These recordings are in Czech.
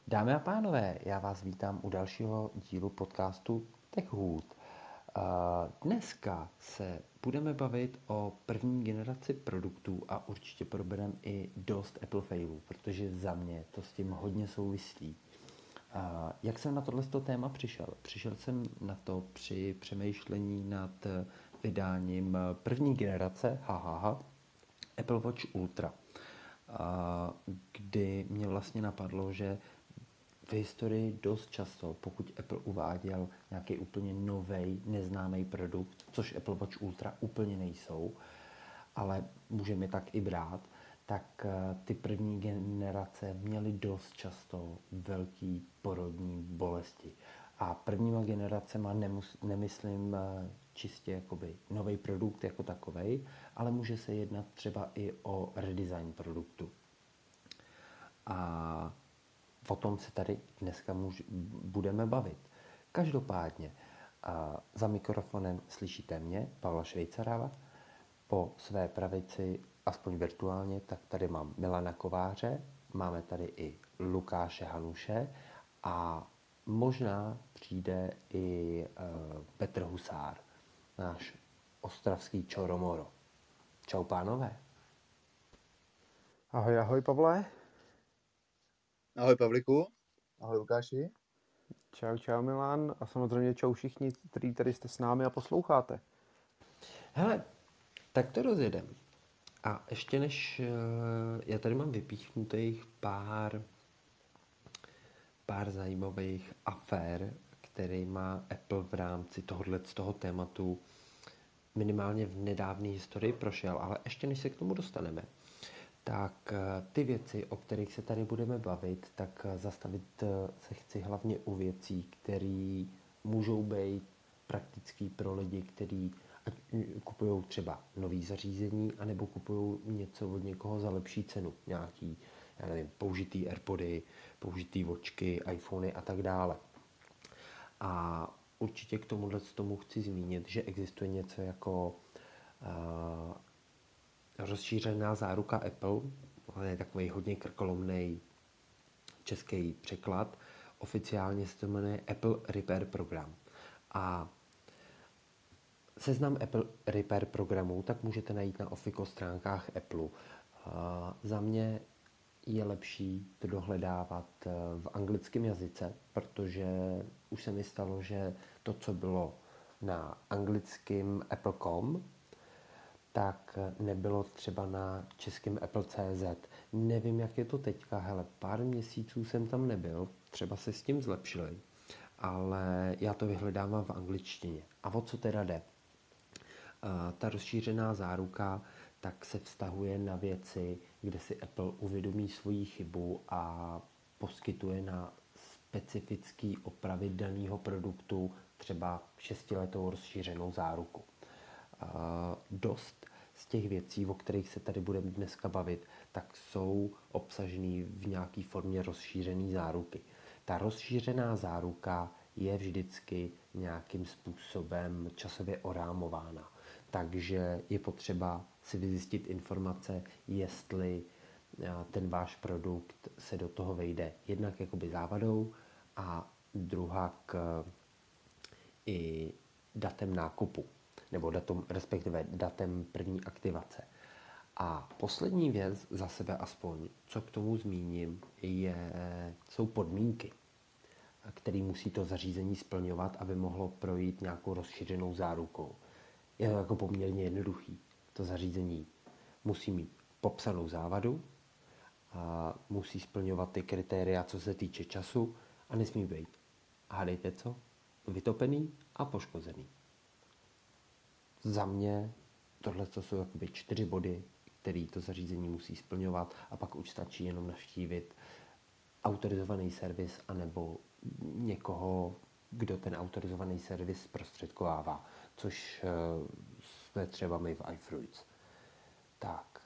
Dámy a pánové, já vás vítám u dalšího dílu podcastu TechHood. Dneska se budeme bavit o první generaci produktů a určitě probereme i dost Apple failů, protože za mě to s tím hodně souvislí. Jak jsem na tohleto téma přišel? Přišel jsem na to při přemýšlení nad vydáním první generace, Apple Watch Ultra, kdy mě vlastně napadlo, že v historii dost často, pokud Apple uváděl nějaký úplně nový, neznámý produkt, což Apple Watch Ultra úplně nejsou, ale můžeme je tak i brát, tak ty první generace měly dost často velký porodní bolesti. A prvníma generacema nemyslím čistě jakoby nový produkt jako takovej, ale může se jednat třeba i o redesign produktu. A o tom se tady dneska budeme bavit. Každopádně za mikrofonem slyšíte mě, Pavla Švejcaráva, po své pravici, aspoň virtuálně, tak tady mám Milana Kováře, máme tady i Lukáše Hanuše a možná přijde i Petr Husár, náš ostravský Čoromoro. Čau pánové. Ahoj, ahoj Pavle. Ahoj Pavliku. Ahoj Lukáši. Čau, čau Milan a samozřejmě čau všichni, kteří tady jste s námi a posloucháte. Hele, tak to rozjedem. A ještě než já tady mám vypíchnutých pár zajímavých afér, který má Apple v rámci z toho tématu minimálně v nedávné historii prošel, ale ještě než se k tomu dostaneme, tak ty věci, o kterých se tady budeme bavit, tak zastavit se chci hlavně u věcí, které můžou být praktický pro lidi, kteří kupují třeba nový zařízení, anebo kupují něco od někoho za lepší cenu. Nějaký, já nevím, použitý AirPody, použitý watchky, iPhony a tak dále. A určitě k tomu chci zmínit, že existuje něco jako rozšířená záruka Apple, ale je takový hodně krkolomný český překlad. Oficiálně se to jmenuje Apple Repair Program. A seznam Apple Repair programů tak můžete najít na official stránkách Apple. Za mě je lepší to dohledávat v anglickém jazyce, protože už se mi stalo, že to, co bylo na anglickém Apple.com, tak nebylo třeba na českém Apple.cz. Nevím, jak je to teďka, hele, pár měsíců jsem tam nebyl, třeba se s tím zlepšili, ale já to vyhledávám v angličtině. A o co teda jde? Ta rozšířená záruka tak se vztahuje na věci, kde si Apple uvědomí svoji chybu a poskytuje na specifický opravy daného produktu třeba 6letou rozšířenou záruku. Dost z těch věcí, o kterých se tady budeme dneska bavit, tak jsou obsažený v nějaké formě rozšířené záruky. Ta rozšířená záruka je vždycky nějakým způsobem časově orámována. Takže je potřeba si vyzjistit informace, jestli ten váš produkt se do toho vejde jednak jakoby závadou a druhak i datem nákupu, nebo respektive datem první aktivace. A poslední věc za sebe aspoň, co k tomu zmíním, jsou podmínky, které musí to zařízení splňovat, aby mohlo projít nějakou rozšířenou zárukou. Je to jako poměrně jednoduchý. To zařízení musí mít popsanou závadu, a musí splňovat ty kritéria, co se týče času a nesmí být, hádejte co, vytopený a poškozený. Za mě tohle jsou jakoby 4 body, které to zařízení musí splňovat a pak už stačí jenom navštívit autorizovaný servis anebo někoho, kdo ten autorizovaný servis zprostředkovává, což jsme třeba my v iFruits. Tak.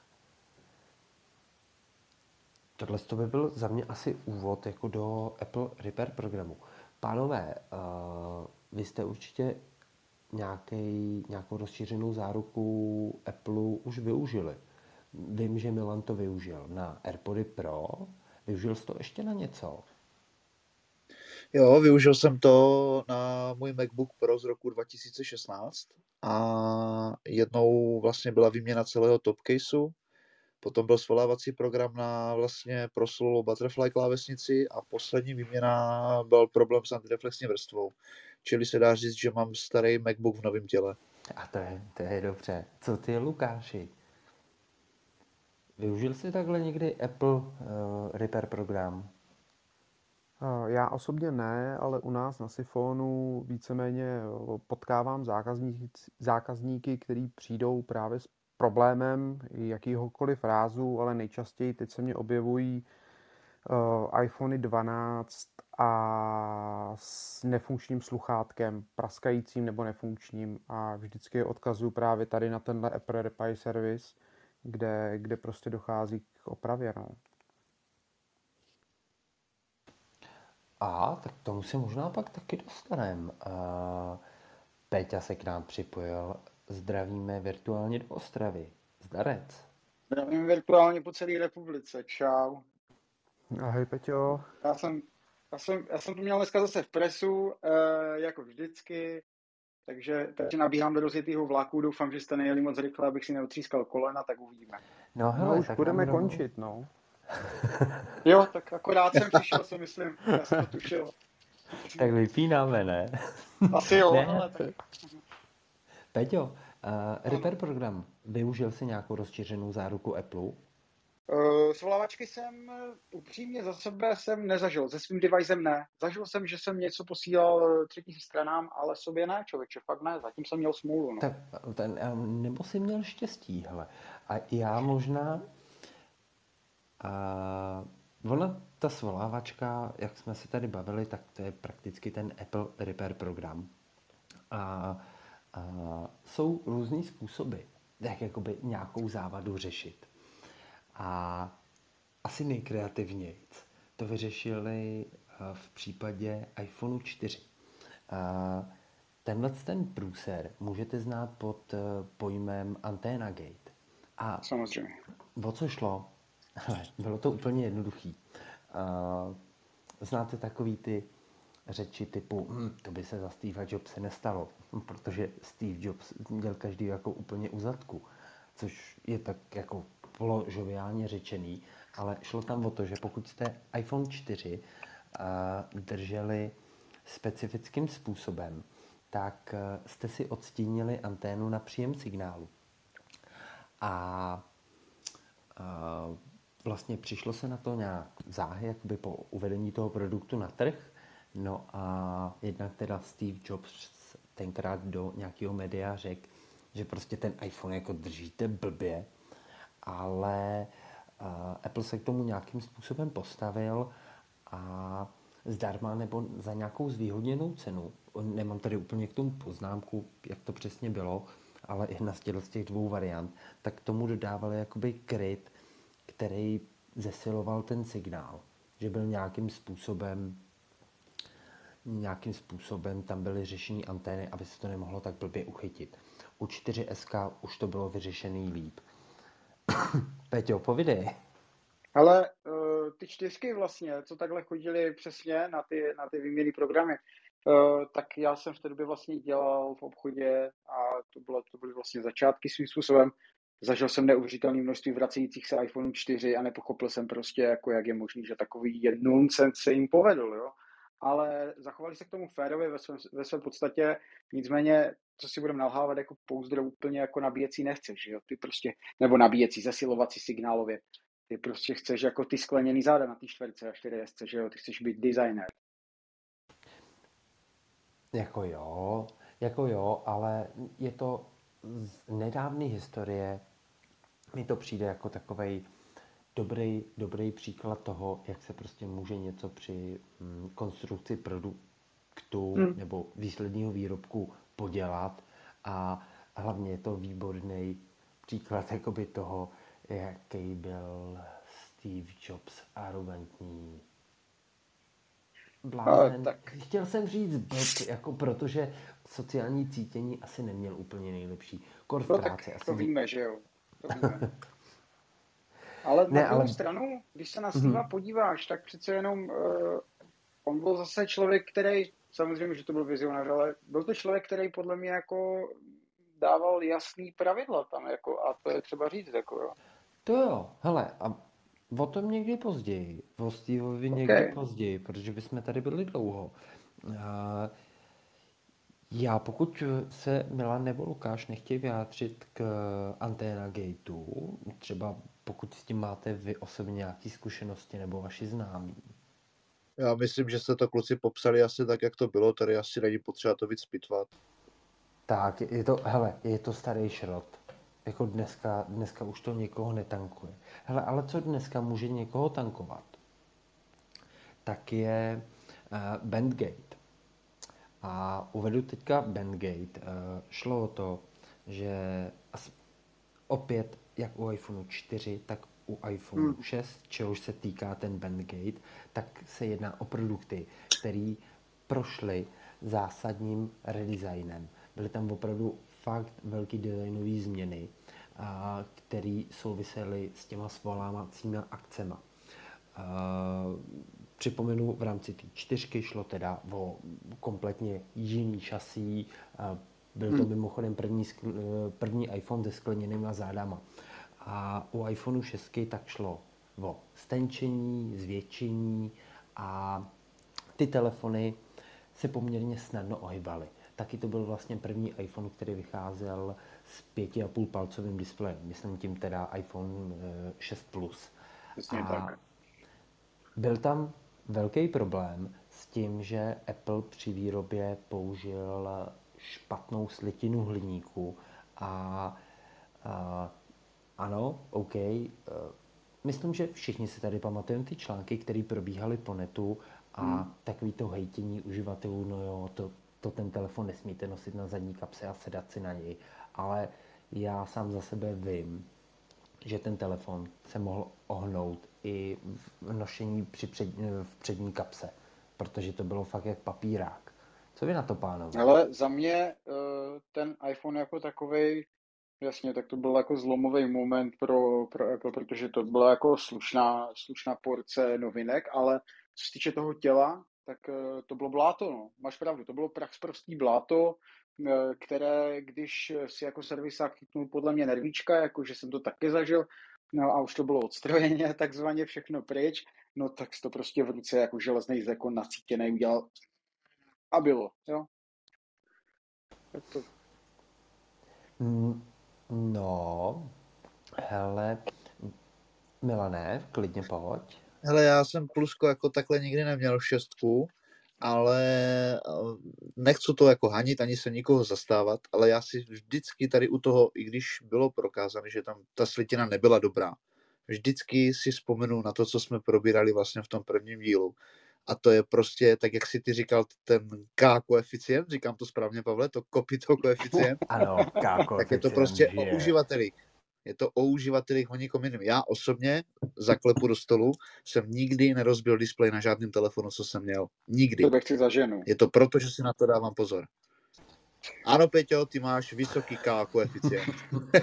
Tohle by byl za mě asi úvod jako do Apple Repair programu. Pánové, vy jste určitě nějakou rozšířenou záruku Apple už využili. Vím, že Milan to využil na AirPody Pro. Využil jsi to ještě na něco? Jo, využil jsem to na můj MacBook Pro z roku 2016 a jednou vlastně byla výměna celého topcaseu, potom byl svolávací program na vlastně proslulou Butterfly klávesnici a poslední výměna byl problém s antireflexní vrstvou. Čili se dá říct, že mám starý MacBook v novém těle. A to je dobře. Co ty, Lukáši? Využil jsi takhle někdy Apple Repair program? Já osobně ne, ale u nás na Sifonu víceméně potkávám zákazníky, kteří přijdou právě s problémem jakýhokoliv rázu, ale nejčastěji teď se mě objevují iPhony 12 a s nefunkčním sluchátkem, praskajícím nebo nefunkčním, a vždycky je odkazuju právě tady na tenhle Apple Repair Service, kde prostě dochází k opravě. No. A tak tomu se možná pak taky dostaneme. Péťa se k nám připojil. Zdravíme virtuálně do Ostravy. Zdarec. Zdravím virtuálně po celé republice. Čau. Ahoj, Peťo. Já jsem tu měl dneska zase v presu, jako vždycky, takže nabíhám do rozjetýho vlaku, doufám, že jste nejeli moc rychle, abych si neotřískal kolena, tak uvidíme. No hele, už tak budeme nám rovnou- končit, no. Jo, tak akorát jsem přišel, si myslím, já jsem to tušil. Tak vypínáme, ne? Asi jo, Ne. ale tak. Peťo, Repair program, využil jsi nějakou rozšířenou záruku Apple? Svolávačky jsem upřímně za sebe jsem nezažil, se svým devicem ne. Zažil jsem, že jsem něco posílal třetím stranám, ale sobě ne, člověče, fakt ne, zatím jsem měl smůlu. No. Tak, nebo jsi měl štěstí, hele. A já možná... Ona, ta svolávačka, jak jsme se tady bavili, tak to je prakticky ten Apple Repair program. A jsou různý způsoby, jak jakoby nějakou závadu řešit. A asi nejkreativnějc to vyřešili v případě iPhoneu 4. Tenhle ten průser můžete znát pod pojmem Antenna Gate. A Samozřejmě. o co šlo? Hele, bylo to úplně jednoduchý. Znáte takový ty řeči typu, to by se za Steve Jobse nestalo, protože Steve Jobs měl každý jako úplně u zadku, což je tak jako položoviálně řečený, ale šlo tam o to, že pokud jste iPhone 4 drželi specifickým způsobem, tak jste si odstínili anténu na příjem signálu. A vlastně přišlo se na to nějak záhy, jakoby po uvedení toho produktu na trh. No a jednak teda Steve Jobs tenkrát do nějakého média řekl, že prostě ten iPhone jako držíte blbě, ale Apple se k tomu nějakým způsobem postavil a zdarma nebo za nějakou zvýhodněnou cenu. Nemám tady úplně k tomu poznámku, jak to přesně bylo, ale jedna z těch dvou variant, tak k tomu dodávali jakoby kryt, který zesiloval ten signál, že byl nějakým způsobem tam byly řešený antény, aby se to nemohlo tak blbě uchytit. U 4SK už to bylo vyřešený líp. Peťo, povidej. Ale ty čtyřky vlastně, co takhle chodili přesně na ty výměny programy, tak já jsem v té době vlastně dělal v obchodě a to byly vlastně začátky svým způsobem. Zažil jsem neuvěřitelné množství vracejících se iPhone 4 a nepochopil jsem prostě, jako jak je možný, že takový nonsense se jim povedl, jo. Ale zachovali se k tomu férově ve své podstatě, nicméně, co si budeme nalhávat, jako pouzdro úplně jako nabíjecí nechceš, jo. Ty prostě, nebo nabíjecí, zesilovací signálově. Ty prostě chceš jako ty skleněný záda na té čtverce a 4S, že jo, ty chceš být designer. Jako jo, ale je to z nedávné historie, mi to přijde jako takovej dobrý příklad toho, jak se prostě může něco při konstrukci produktu nebo výsledního výrobku podělat, a hlavně je to výborný příklad jakoby toho, jaký byl Steve Jobs arrogantní. Blázen. Chtěl jsem říct blb, jako protože sociální cítění asi neměl úplně nejlepší. Kor v No práci tak asi to víme, že jo. To víme. Ale na druhou stranu, když se na Steva podíváš, tak přece jenom on byl zase člověk, který, samozřejmě, že to byl vizionář, ale byl to člověk, který podle mě jako dával jasný pravidla tam, jako, a to je třeba říct, jako jo. To jo, hele, a o tom někdy později, o Steveovi někdy později, protože bychom tady byli dlouho. Já pokud se Milan nebo Lukáš nechtějí vyjádřit k Anténa Gateu, třeba pokud s tím máte vy osobně nějaké zkušenosti nebo vaši známí. Já myslím, že jste to kluci popsali asi tak, jak to bylo, tady asi není potřeba to víc pitvat. Tak, je to starý šrot. Jako dneska už to někoho netankuje. Hele, ale co dneska může někoho tankovat? Tak je Bandgate. A uvedu teďka Bandgate. Šlo o to, že opět jak u iPhoneu 4, tak u iPhoneu 6, čehož se týká ten Bandgate, tak se jedná o produkty, které prošly zásadním redesignem. Byly tam opravdu fakt velký designové změny, které souvisely s těma svolávacími akcemi. Připomenu, v rámci té 4 šlo teda o kompletně jiný šasí. Byl to mimochodem první iPhone se skleněnýma zádama. A u iPhoneu 6 tak šlo o stenčení, zvětšení a ty telefony se poměrně snadno ohybaly. Taky to byl vlastně první iPhone, který vycházel s 5,5 palcovým displejem. Myslím tím teda iPhone 6 Plus. Přesně tak. Byl tam velký problém s tím, že Apple při výrobě použil špatnou slitinu hliníku a ano, OK. Myslím, že všichni si tady pamatujeme ty články, které probíhaly po netu a takový to hejtění uživatelů, no jo, to ten telefon nesmíte nosit na zadní kapse a sedat si na něj. Ale já sám za sebe vím, že ten telefon se mohl ohnout i v nošení v přední kapse, protože to bylo fakt jak papírák. Co vy na to, pánové? Ale za mě ten iPhone jako takovej, jasně, tak to byl jako zlomový moment pro Apple, protože to byla jako slušná porce novinek, ale co se týče toho těla, tak to bylo bláto, no. Máš pravdu, to bylo praxprostý bláto, které, když si jako servisák chytnul podle mě nervíčka, jakože jsem to taky zažil, no a už to bylo odstrojeně, takzvaně všechno pryč, no tak to prostě v ruce jako železný zekon nacítěný udělal a bylo, jo. Tak to... No, hele, Milané, klidně pojď. Hele, já jsem plusko jako takhle nikdy neměl 6, ale nechci to jako hanit, ani se nikoho zastávat, ale já si vždycky tady u toho, i když bylo prokázané, že tam ta slitina nebyla dobrá, vždycky si vzpomenu na to, co jsme probírali vlastně v tom prvním dílu. A to je prostě, tak jak si ty říkal, ten K-koeficient, říkám to správně, Pavle, to Kopito koeficient. Ano, K-koeficient. Tak je to prostě o uživatelích. Je to o uživatelích, o nikom jiným. Já osobně, zaklepu do stolu, jsem nikdy nerozbil displej na žádném telefonu, co jsem měl. Nikdy. To chci za ženu. Je to proto, že si na to dávám pozor. Ano, Peťo, ty máš vysoký K-koeficient.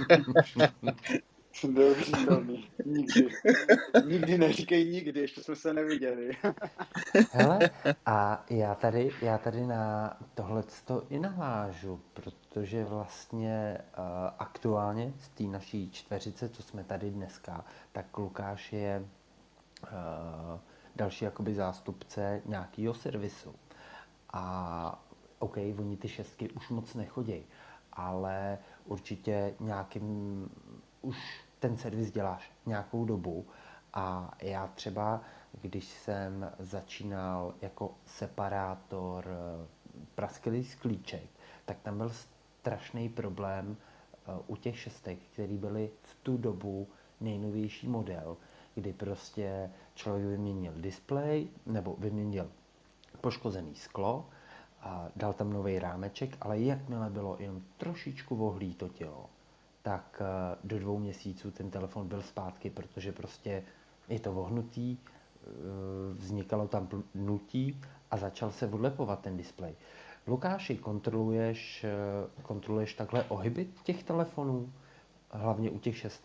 Neuvěřitelný. Nikdy. Nikdy neříkej nikdy, ještě jsme se neviděli. Hele, a já tady na tohleto i navážu, protože vlastně aktuálně z té naší čtveřice, co jsme tady dneska, tak Lukáš je další jakoby zástupce nějakého servisu. A OK, oni ty 6 už moc nechodí, ale určitě už ten servis děláš nějakou dobu a já třeba, když jsem začínal jako separátor praskylý sklíček, tak tam byl strašný problém u těch 6, který byly v tu dobu nejnovější model, kdy prostě člověk vyměnil displej nebo vyměnil poškozený sklo, a dal tam nový rámeček, ale jakmile bylo jenom trošičku vohlý to tělo, tak do 2 měsíců ten telefon byl zpátky, protože prostě je to vohnutý, vznikalo tam pnutí a začal se odlepovat ten displej. Lukáši, kontroluješ takhle ohyby těch telefonů, hlavně u těch 6?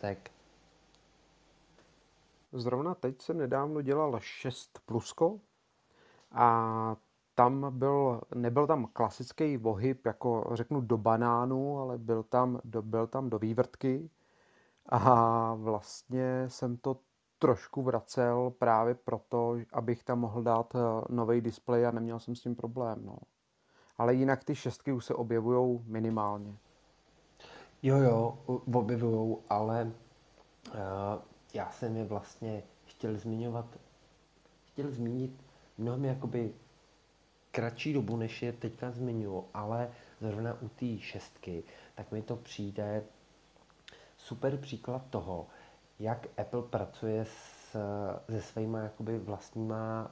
Zrovna teď jsem nedávno dělal 6 plusko A nebyl tam klasický ohyb, jako řeknu do banánu, ale byl tam do vývrtky. A vlastně jsem to trošku vracel právě proto, abych tam mohl dát nový displej a neměl jsem s tím problém. No. Ale jinak ty šestky už se objevují minimálně. Jo, objevujou, ale já jsem je vlastně chtěl zmínit mnohem jakoby kratší dobu, než je teďka zmiňuji, ale zrovna u té šestky, tak mi to přijde super příklad toho, jak Apple pracuje se svýma jakoby vlastníma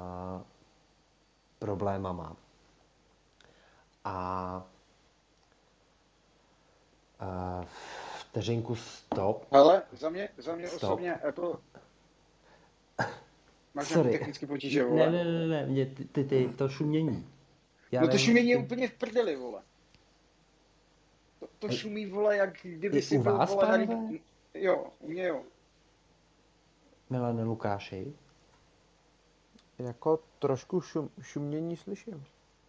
problémama. A vteřinku stop. Ale za mě Stop. osobně Apple... Máš Sorry. nějaký technický potíže, vole? Ne, mě to šumění. No to šumění je úplně v prdeli, vole. To šumí, vole, jak kdyby I si u byl, vás, vole, pánové? Jo, u mě jo. Milane Lukáši. Jako trošku šumění slyším.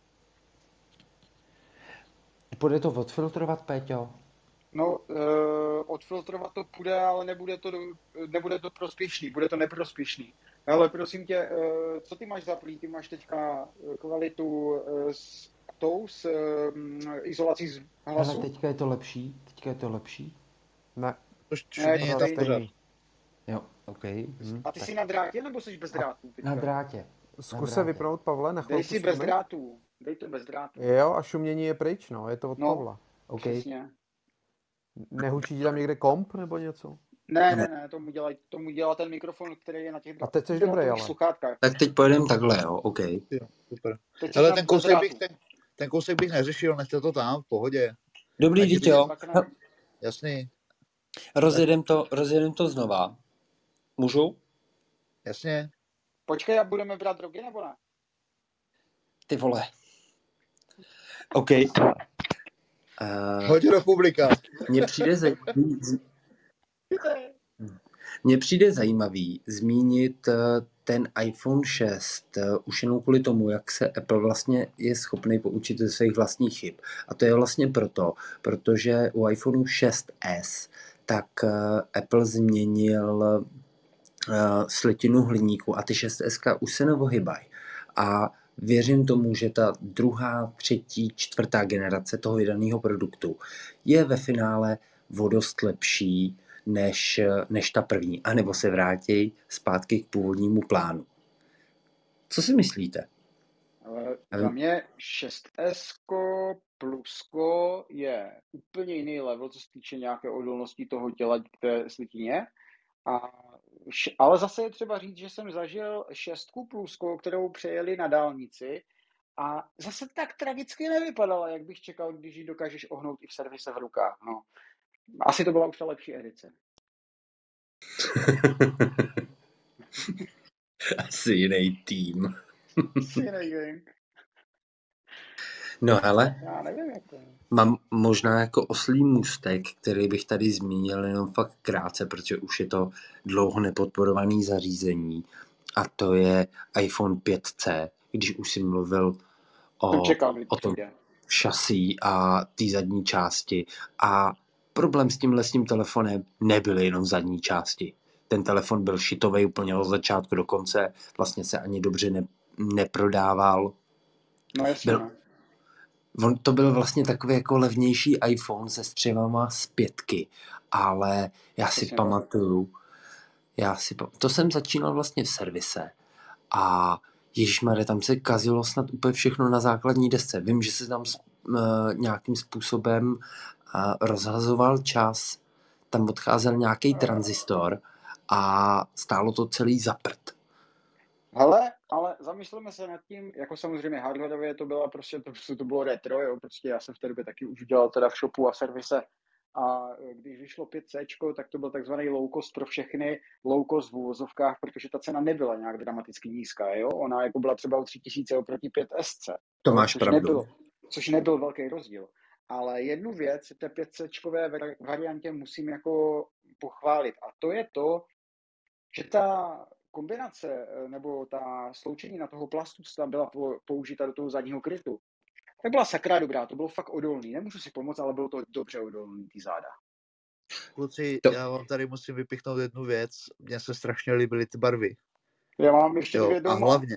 Půjde to odfiltrovat, Péťo? No, odfiltrovat to půjde, ale nebude to prospěšný, bude to neprospěšný. Ale prosím tě, co ty máš za plý? Ty máš teďka kvalitu s izolací z hlasu? Ale teďka je to lepší? Ne, To šumění je pořád tam pořád. stejný. Jo, OK. A ty jsi na drátě, nebo jsi bez drátů? Teďka? Na drátě. Zkus se vypnout, Pavle, na Dej chvilku. si bez drátů. Dej to bez drátů. Jo, a šumění je pryč, no, je to od No. Pavla. OK. Přesně. Nehučí ti tam někde komp nebo něco? Ne, tomu dělá ten mikrofon, který je na těch A teď jsi dobrý, ale. sluchátkách. Tak teď pojedeme takhle, jo, OK. Jo, super. Teď Ale jsi ten na kousek, drátů. ten kousek bych neřešil, nechte to tam, v pohodě. Dobrý, Tak dítě, jo. Pak na- Jasný, Rozjedem to znova. Můžu? jasně. Počkej, a budeme brát drogy, nebo ne? Ty vole. OK. Hoď republika. Mně přijde zajímavý zmínit ten iPhone 6 už jenom kvůli tomu, jak se Apple vlastně je schopný poučit ze svých vlastních chyb. A to je vlastně protože u iPhoneu 6s tak Apple změnil slitinu hliníku a ty 6S už se neohybají. A věřím tomu, že ta druhá, třetí, čtvrtá generace toho vydaného produktu je ve finále o dost lepší než ta první. A nebo se vrátí zpátky k původnímu plánu. Co si myslíte? Ale za mě 6S plusko je úplně jiný level, co se týče nějaké odolnosti toho těla k té slitině. Ale zase je třeba říct, že jsem zažil 6 plusko, kterou přejeli na dálnici a zase tak tragicky nevypadala, jak bych čekal, když ji dokážeš ohnout i v servise v rukách. No. Asi to byla už ta lepší edice. Asi jiný tým. Asi jiný gang. No hele, Já nevím, jak to je. mám možná jako oslý můstek, který bych tady zmínil jenom fakt krátce, protože už je to dlouho nepodporované zařízení. A to je iPhone 5C, když už si mluvil o tom šasí a té zadní části. A problém s tím telefonem nebyly jenom zadní části. Ten telefon byl šitovej úplně od začátku do konce, vlastně se ani dobře neprodával. No jasně. To byl vlastně takový jako levnější iPhone se střevama z 5, ale já si pamatuju, to jsem začínal vlastně v servise a ježišmarja, tam se kazilo snad úplně všechno na základní desce. Vím, že se tam nějakým způsobem rozhazoval čas, tam odcházel nějaký tranzistor a stálo to celý za prd. Ale zamysleme se nad tím, jako samozřejmě hardwareově to bylo retro, jo, prostě já jsem v té době taky už dělal teda v shopu a v servise a když vyšlo 5C, tak to byl takzvaný low cost pro všechny, low cost v úvozovkách, protože ta cena nebyla nějak dramaticky nízká, jo, ona jako byla třeba o 3000 oproti 5S. To máš pravdu. Což nebyl velký rozdíl. Ale jednu věc v té 5C variantě musím jako pochválit a to je to, že ta kombinace nebo ta sloučení na toho plastu, co tam byla použita do toho zadního krytu, tak byla sakra dobrá, to bylo fakt odolný. Nemůžu si pomoct, ale bylo to dobře odolný, ty záda. Kluci, To, já vám tady musím vypichnout jednu věc. Mně se strašně líbily ty barvy. Já mám ještě Jo, dvě a doma. hlavně,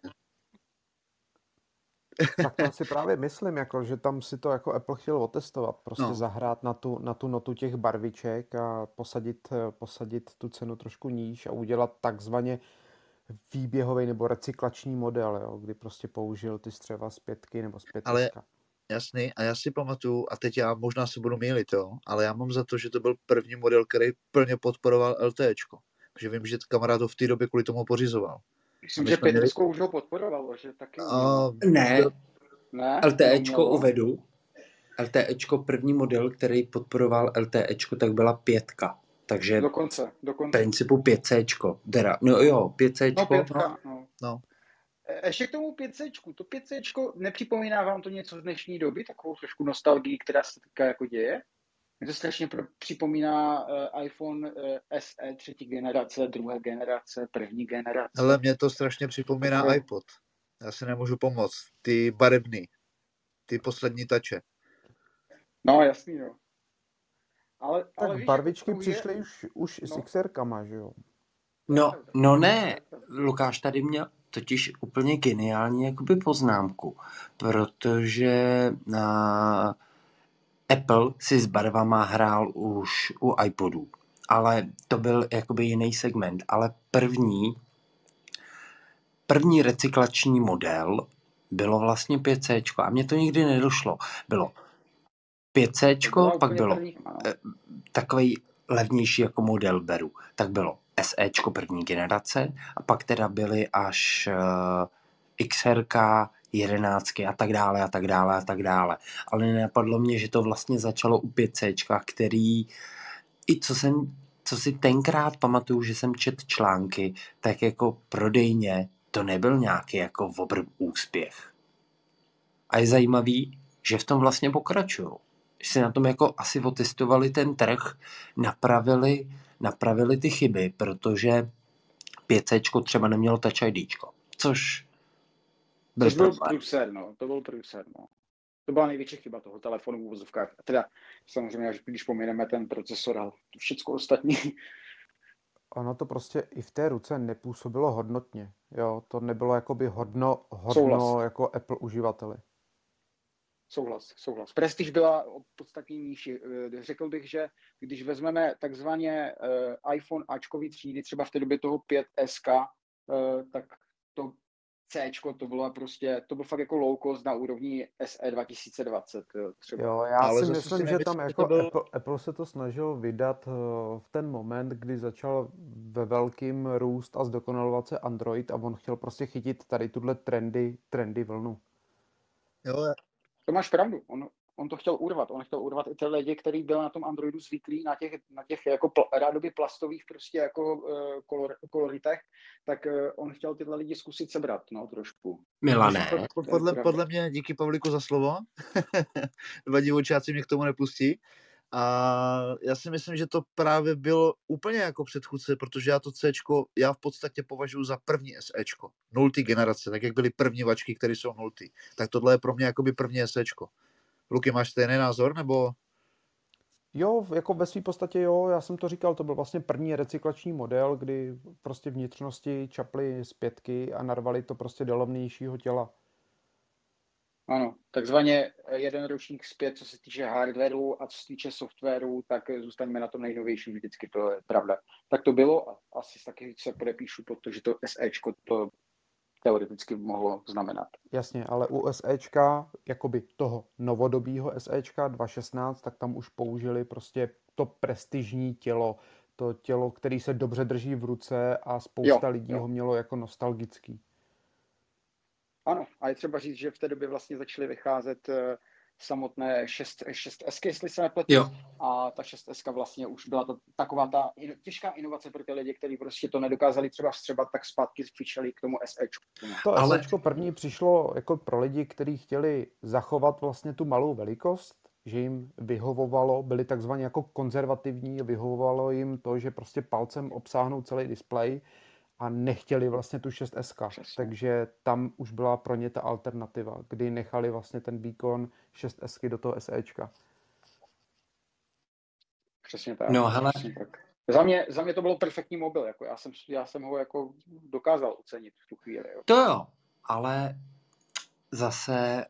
Tak to si právě myslím, jako, že tam si to jako Apple chtěl otestovat, prostě no, zahrát na tu notu těch barviček a posadit tu cenu trošku níž a udělat takzvaně výběhový nebo recyklační model, jo, kdy prostě použil ty střeva z 5 nebo z 5. ale jasný, a já si pamatuju, a teď já možná se budu mýlit, jo, ale já mám za to, že to byl první model, který plně podporoval LTEčko. Takže vím, že kamarád ho v té době kvůli tomu pořizoval. Myslím, my že jsme měli- 5 už ho podporovalo, že taky A umělo. ne, Ne? LTEčko Neumělo? uvedu. LTEčko, první model, který podporoval LTEčko, tak byla 5. Takže v Dokonce. principu 5C. No jo, 5C. No 5, no. no, Ještě k tomu 5C. To 5C, nepřipomíná vám to něco z dnešní doby, takovou trošku nostalgii, která se teďka jako děje? Mě to strašně připomíná iPhone SE 3. generace, 2. generace, 1. generace. ale mě to strašně připomíná Takové- iPod. Já si nemůžu pomoct. Ty barevný, ty poslední tače. No jasný, no. Ale Tak víš, barvičky jako přišly už s No. XR-kama, že jo? No ne, Lukáš tady měl totiž úplně geniální jakoby poznámku, protože Apple si s barvama hrál už u iPodů, ale to byl jakoby jiný segment, ale první recyklační model bylo vlastně 5C a mně to nikdy nedošlo. Bylo 5C, pak bylo takový levnější jako model beru, tak bylo SEčko 1. generace a pak teda byly až XRka, 11 a tak dále a tak dále a tak dále. Ale nenapadlo mě, že to vlastně začalo u 5C, který i co si tenkrát pamatuju, že jsem četl články, tak jako prodejně to nebyl nějaký jako úspěch. A je zajímavý, že v tom vlastně pokračují. Že si na tom jako asi otestovali ten trh, napravili ty chyby, protože 5C třeba nemělo Touch IDčko, což byl průser, no. To byl průser, no. To byla největší chyba toho telefonu v uvozovkách. Teda samozřejmě, když pomineme ten procesor a všechno ostatní. Ono to prostě i v té ruce nepůsobilo hodnotně. Jo, to nebylo jakoby hodno Souhlas. jako Apple uživateli. Souhlas. Prestiž byla podstatně nižší. Řekl bych, že když vezmeme takzvaně iPhone Ačkový třídy, třeba v té době toho 5S, tak to Cčko, to bylo fakt jako low cost na úrovni SE 2020 třeba. Jo, já Ale si zase myslím, si že nemyslím, tam že jako to byl- Apple se to snažil vydat v ten moment, kdy začal ve velkým růst a zdokonalovat se Android a on chtěl prostě chytit tady tuhle trendy vlnu. Jo, To máš pravdu. On to chtěl urvat. On chtěl urvat i ty lidi, který byl na tom Androidu zvyklý na těch jako rádoby plastových prostě jako koloritech, tak on chtěl tyhle lidi zkusit sebrat, no, trošku. Milané. Podle mě, díky Pavlíku za slovo, dva divočáci mě k tomu nepustí. A já si myslím, že to právě bylo úplně jako předchůdce, protože já to Cčko, já v podstatě považuji za první SEčko, 0. generace, tak jak byly první vačky, které jsou 0. Tak tohle je pro mě jakoby první SEčko. Luky, máš stejný názor, nebo? Jo, jako ve své podstatě jo, já jsem to říkal, to byl vlastně první recyklační model, kdy prostě vnitřnosti čaply z 5 a narvali to prostě do levnějšího těla. Ano, takzvaně jeden ročník zpět, co se týče hardwareu a co se týče softwaru, tak zůstaňme na tom nejnovějším vždycky, to je pravda. Tak to bylo a asi taky se podepíšu, protože to SEčko to teoreticky mohlo znamenat. Jasně, ale u SEčka, jakoby toho novodobího SEčka 2.16, tak tam už použili prostě to prestižní tělo, to tělo, který se dobře drží v ruce a spousta lidí ho mělo jako nostalgický. Ano, a je třeba říct, že v té době vlastně začaly vycházet samotné 6S, jestli se nepletu. Jo. A ta 6S vlastně už byla to taková ta těžká inovace pro ty lidi, kteří prostě to nedokázali třeba vstřebat, tak zpátky fičeli k tomu SEčku. To SEčko první přišlo jako pro lidi, kteří chtěli zachovat vlastně tu malou velikost, že jim vyhovovalo, byli takzvaně jako konzervativní, vyhovovalo jim to, že prostě palcem obsáhnou celý displej a nechtěli vlastně tu 6S, Přesně. takže tam už byla pro ně ta alternativa, kdy nechali vlastně ten beacon 6S do toho SEčka. Přesně tak. No hele, Přesně tak. Za mě to bylo perfektní mobil, jako já jsem ho jako dokázal ocenit v tu chvíli. Jo. to jo, ale zase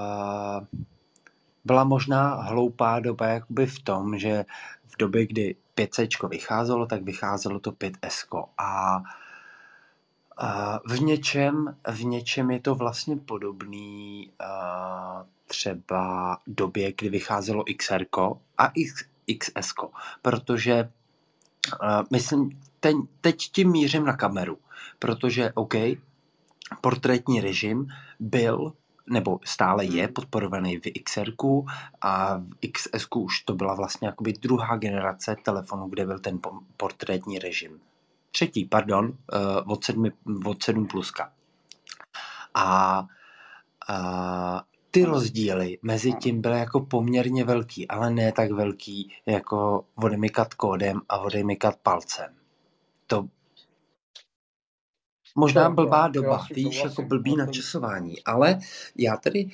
byla možná hloupá doba jakoby v tom, že v době, kdy 5C vycházelo, tak vycházelo to 5S a v něčem je to vlastně podobný třeba době, kdy vycházelo XR a XS, protože myslím, teď tím mířím na kameru, protože OK, portrétní režim byl nebo stále je podporovaný v XR a v XS už to byla vlastně jakoby druhá generace telefonu, kde byl ten portrétní režim. Třetí, pardon, od 7 pluska. A ty rozdíly mezi tím byly jako poměrně velký, ale ne tak velký jako odemykat kódem a odemykat palcem. To možná blbá doba, víš, jako blbý načasování, ale já tady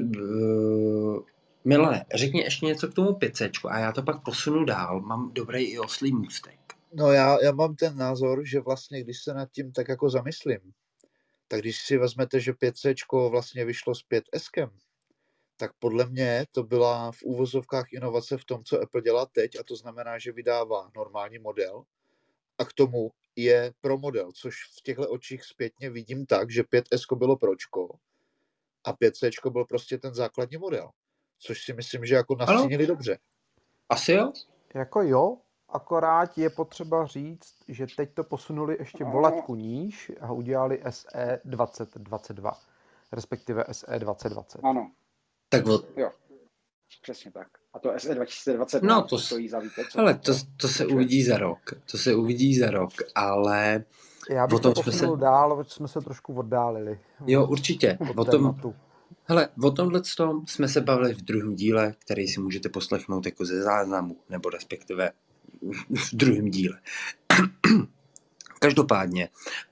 Milane, řekni ještě něco k tomu 5C a já to pak posunu dál, mám dobrý i oslý můstek. No já mám ten názor, že vlastně, když se nad tím tak jako zamyslím, tak když si vezmete, že 5C vlastně vyšlo s 5S, tak podle mě to byla v úvozovkách inovace v tom, co Apple dělá teď, a to znamená, že vydává normální model a k tomu je pro model, což v těchto očích zpětně vidím tak, že 5S bylo pročko a 5C byl prostě ten základní model, což si myslím, že jako nastínili dobře. Asi jo? Jako jo, akorát je potřeba říct, že teď to posunuli ještě voletku níž a udělali SE 2022, respektive SE 2020. Ano. Tak jo, přesně tak. A to SE 2020 no to stojí za víte, co? Hele, to se uvidí za rok. To se uvidí za rok, ale já bych to posunul dál, protože jsme se trošku oddálili. Jo, určitě. O tomhle jsme se bavili v druhém díle, který si můžete poslechnout jako ze záznamu, nebo respektive v druhém díle. Každopádně,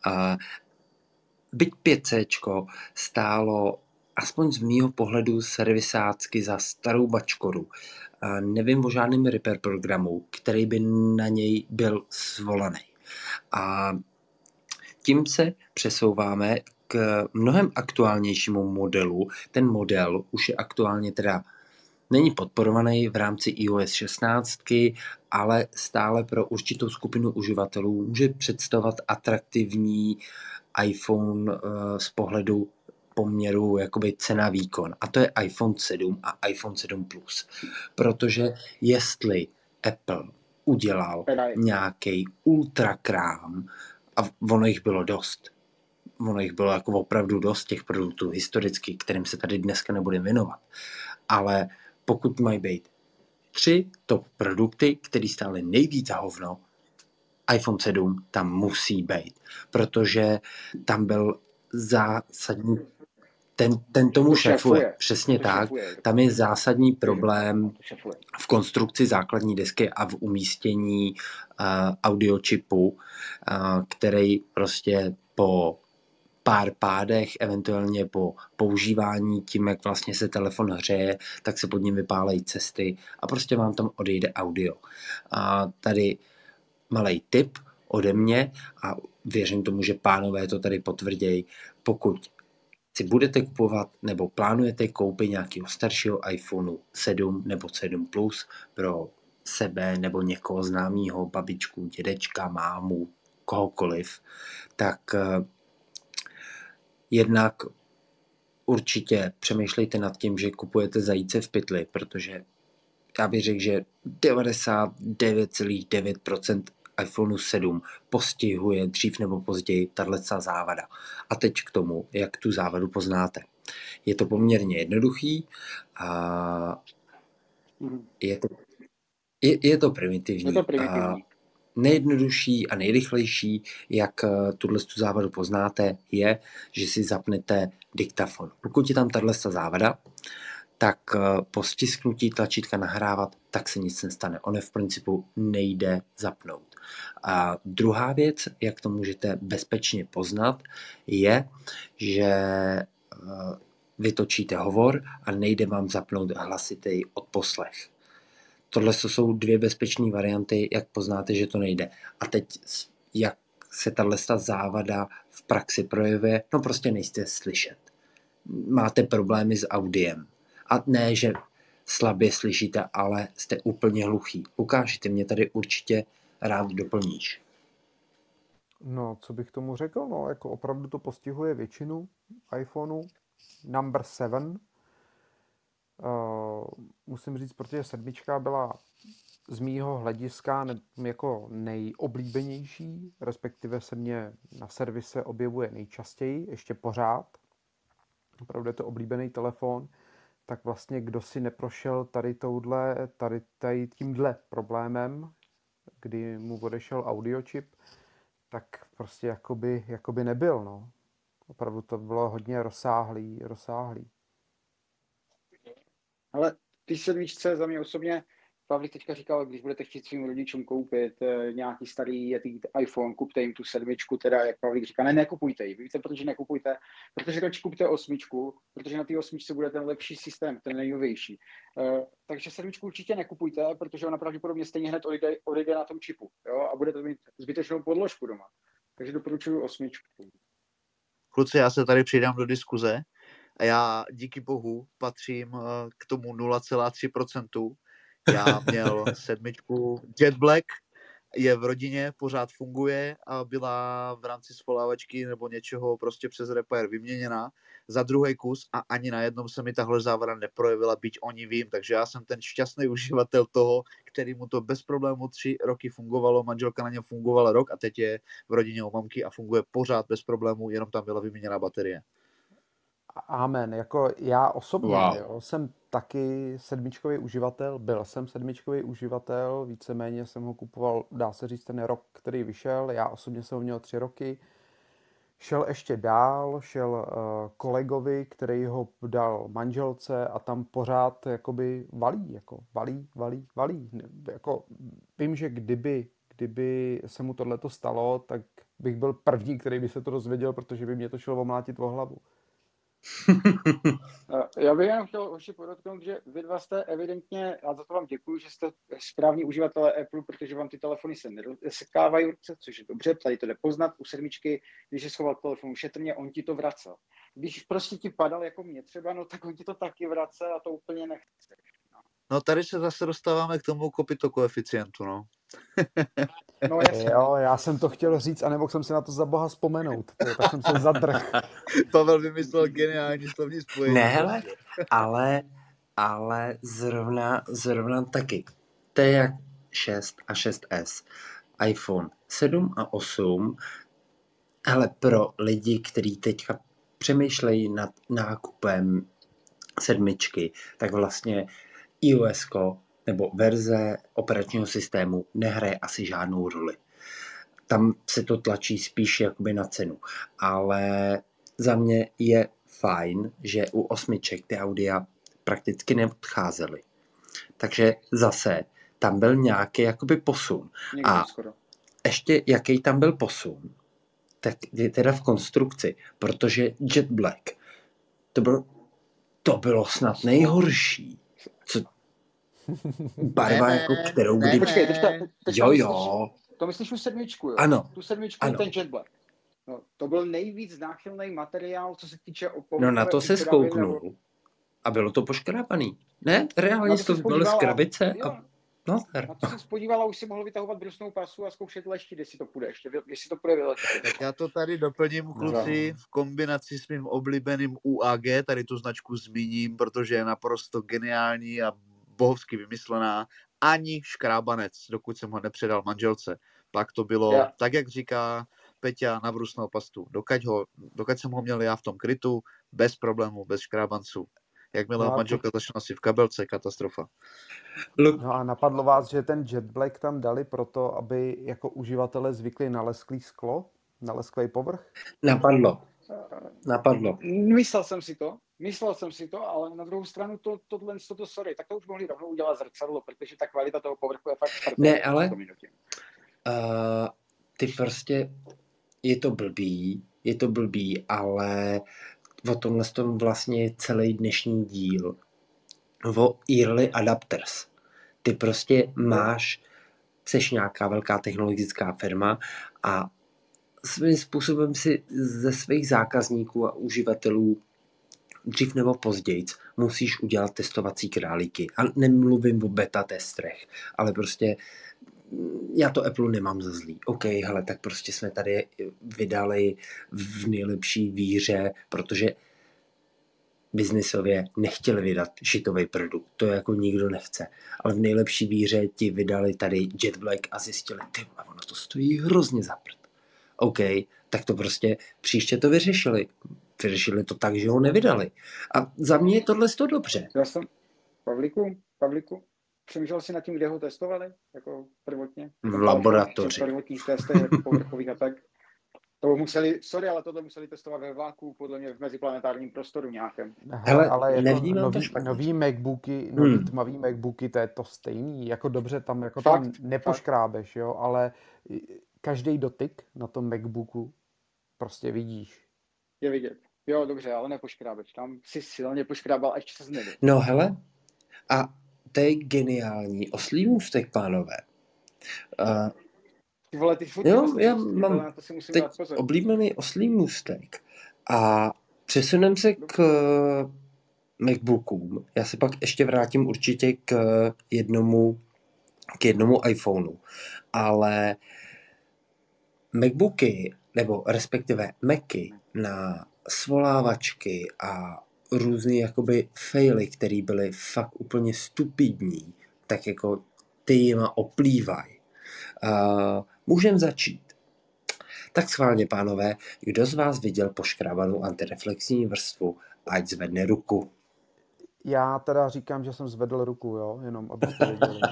byť 5C stálo aspoň z mýho pohledu servisácky za starou bačkoru. Nevím o žádném repair programu, který by na něj byl svolaný. A tím se přesouváme k mnohem aktuálnějšímu modelu. Ten model už je aktuálně teda není podporovaný v rámci iOS 16, ale stále pro určitou skupinu uživatelů může představovat atraktivní iPhone z pohledu poměru jakoby cena-výkon. A to je iPhone 7 a iPhone 7 Plus. Protože jestli Apple udělal nějaký ultrakrám, a ono jich bylo dost. Ono jich bylo jako opravdu dost těch produktů historicky, kterým se tady dneska nebudeme věnovat. Ale pokud mají být 3 top produkty, které stály nejvíc za hovno, iPhone 7 tam musí být, protože tam byl zásadní ten tomu šéfuje. Přesně tak. Tam je zásadní problém v konstrukci základní desky a v umístění audiočipu, který prostě po pár pádech, eventuálně po používání tím, jak vlastně se telefon hřeje, tak se pod ním vypálejí cesty a prostě vám tam odejde audio. A tady malej tip ode mě a věřím tomu, že pánové to tady potvrdějí, pokud si budete kupovat nebo plánujete koupit nějakého staršího iPhoneu 7 nebo 7 Plus pro sebe nebo někoho známého, babičku, dědečka, mámu, kohokoliv, tak jednak určitě přemýšlejte nad tím, že kupujete zajíce v pytli, protože já bych řekl, že 99,9% iPhoneu 7 postihuje dřív nebo později tato závada. A teď k tomu, jak tu závadu poznáte. Je to poměrně jednoduchý a je to primitivní. Nejjednodušší a nejrychlejší, jak tuhle závadu poznáte, je, že si zapnete diktafon. Pokud je tam tato závada, tak po stisknutí tlačítka nahrávat, tak se nic nestane. Ono v principu nejde zapnout. A druhá věc, jak to můžete bezpečně poznat, je, že vytočíte hovor a nejde vám zapnout hlasitý odposlech. Tohle jsou dvě bezpečné varianty, jak poznáte, že to nejde. A teď, jak se tato závada v praxi projevuje, no prostě nejste slyšet. Máte problémy s audiem. A ne, že slabě slyšíte, ale jste úplně hluchý. Lukáši, ty mě tady určitě rád doplníš. No, co bych tomu řekl? No, jako opravdu to postihuje většinu iPhoneu. Number 7. Musím říct, protože 7 byla z mýho hlediska jako nejoblíbenější, respektive se mě na servise objevuje nejčastěji, ještě pořád. Opravdu je to oblíbený telefon. Tak vlastně kdo si neprošel tady tímhle problémem, kdy mu odešel audiočip, tak prostě jakoby nebyl, no. Opravdu to bylo hodně rozsáhlý. Ale ty sedmičce za mě osobně, Pavlík teďka říkal, když budete chtít svým rodičům koupit nějaký starý iPhone, kupte jim tu 7, teda jak Pavlík říká, nekupujte ji. Víte, proč nekupujte? Protože radši kupte 8, protože na té 8 bude ten lepší systém, ten nejnovější. Takže 7 určitě nekupujte, protože ona pravděpodobně stejně hned odejde na tom čipu, jo? A budete mít zbytečnou podložku doma. Takže doporučuji 8. Kluci, já se tady přidám do diskuze a já díky bohu patřím k tomu 0,3%. Já měl 7 Jet Black, je v rodině, pořád funguje a byla v rámci svolávačky nebo něčeho prostě přes repair vyměněna za druhý kus a ani na jednom se mi tahle závada neprojevila, byť o ní vím, takže já jsem ten šťastný uživatel toho, který mu to bez problému 3 roky fungovalo, manželka na něm fungovala rok a teď je v rodině u mamky a funguje pořád bez problému, jenom tam byla vyměněná baterie. Amen. Jako já osobně Wow. jo, jsem taky 7 uživatel, byl jsem 7 uživatel, víceméně jsem ho kupoval, dá se říct, ten rok, který vyšel, já osobně jsem ho měl 3 roky. Šel ještě dál, šel kolegovi, který ho dal manželce a tam pořád jakoby valí. Jako, vím, že kdyby se mu tohleto stalo, tak bych byl první, který by se to dozvěděl, protože by mě to šlo omlátit o hlavu. Já bych jenom chtěl ještě podotknout, že vy dva jste evidentně, a za to vám děkuji, že jste správní uživatelé Apple, protože vám ty telefony se nesekávají ruce, což je dobře, tady to jde poznat u 7, když je schoval telefon šetrně, on ti to vracel. Když prostě ti padal jako mě třeba, no tak on ti to taky vracel a to úplně nechceš. No tady se zase dostáváme k tomu kopito koeficientu, no. No jasně. Jo, já jsem to chtěl říct a nemohl jsem si na to za boha vzpomenout, tak jsem se zadrhl. Pavel vymyslel geniální slovní spojení. Ne, hele, ale zrovna taky. To je jak 6 a 6S. iPhone 7 a 8, hele, pro lidi, kteří teďka přemýšlejí nad nákupem 7, tak vlastně iOS nebo verze operačního systému nehraje asi žádnou roli. Tam se to tlačí spíš jakoby na cenu. Ale za mě je fajn, že u 8 ty audia prakticky neodcházely. Takže zase tam byl nějaký jakoby posun. A ještě jaký tam byl posun, tak je teda v konstrukci, protože Jet Black to bylo snad nejhorší. Co barva, jako kterou kdy... Počkej, Jo. To myslíš u 7, jo? Ano. Tu 7, ten Jet Black. No, to byl nejvíc náchylný materiál, co se týče No na to se zkouknul a bylo to poškrápaný. Ne, reálně to bylo z krabice a... No, na to se podívala, už si mohl vytahovat brusnou pasu a zkoušet leštit, jestli to půjde ještě, jestli to půjde vyletět. Tak já to tady doplním, kluci, v kombinaci s mým oblíbeným UAG, tady tu značku zmíním, protože je naprosto geniální a bohovsky vymyslená. Ani škrábanec, dokud jsem ho nepředal manželce. Pak to bylo, tak jak říká Peťa, na brusnou pastu. Dokud jsem ho měl já v tom krytu, bez problémů, bez škrábanců. Jakmile manželka začala asi v kabelce, katastrofa. No a napadlo vás, že ten Jet Black tam dali proto, aby jako uživatelé zvykli na lesklý sklo, na lesklý povrch? Napadlo. Myslel jsem si to, ale na druhou stranu sorry, tak to už mohli rovnou udělat zrcadlo, protože ta kvalita toho povrchu je fakt špatná. Ne, ale Ty prostě, je to blbý, ale o tomhle tom vlastně je celý dnešní díl. O early adapters. Ty prostě seš nějaká velká technologická firma a svým způsobem si ze svých zákazníků a uživatelů dřív nebo později musíš udělat testovací králíky. A nemluvím o beta testrech, ale prostě já to Apple nemám za zlý. OK, hele, tak prostě jsme tady vydali v nejlepší víře, protože biznisově nechtěli vydat šitový produkt. To jako nikdo nechce. Ale v nejlepší víře ti vydali tady Jet Black a zjistili, a ono to stojí hrozně za prd. OK, tak to prostě příště to vyřešili. Vyřešili to tak, že ho nevydali. A za mě je tohle dobře. Já jsem, Pavlíku, přemýšlel jsi nad tím, kde ho testovali? Jako prvotně? V laboratoři. V prvotních testech, jako povrchových a tak. To museli, ale tohle museli testovat ve váku, podle mě v meziplanetárním prostoru nějakém. Hele, ale jako nevnímám to špatně. nový MacBooky, nový tmavý MacBooky, to je to stejný. Jako dobře, tam jako tam nepoškrábeš, jo, ale každý dotyk na tom MacBooku prostě vidíš. Je vidět. Jo, dobře, ale nepoškrábeš. Tam si silně poškrábal a ještě se znebyl. No hele, a to je geniální. Oslý můstek, pánové. Ty vole, ty fotky, jo, já mám na to si musím teď dát pozor. oblíbený oslý můstek a přesunem se k MacBookům. Já se pak ještě vrátím určitě k jednomu iPhoneu. Ale MacBooky, nebo respektive Macy na svolávačky a různý jakoby faily, které byly fakt úplně stupidní, tak jako ty jima oplývají. Můžeme začít. Tak schválně, pánové, kdo z vás viděl poškrábanou antireflexní vrstvu, ať zvedne ruku. Já teda říkám, že jsem zvedl ruku, jo, jenom abyste věděli.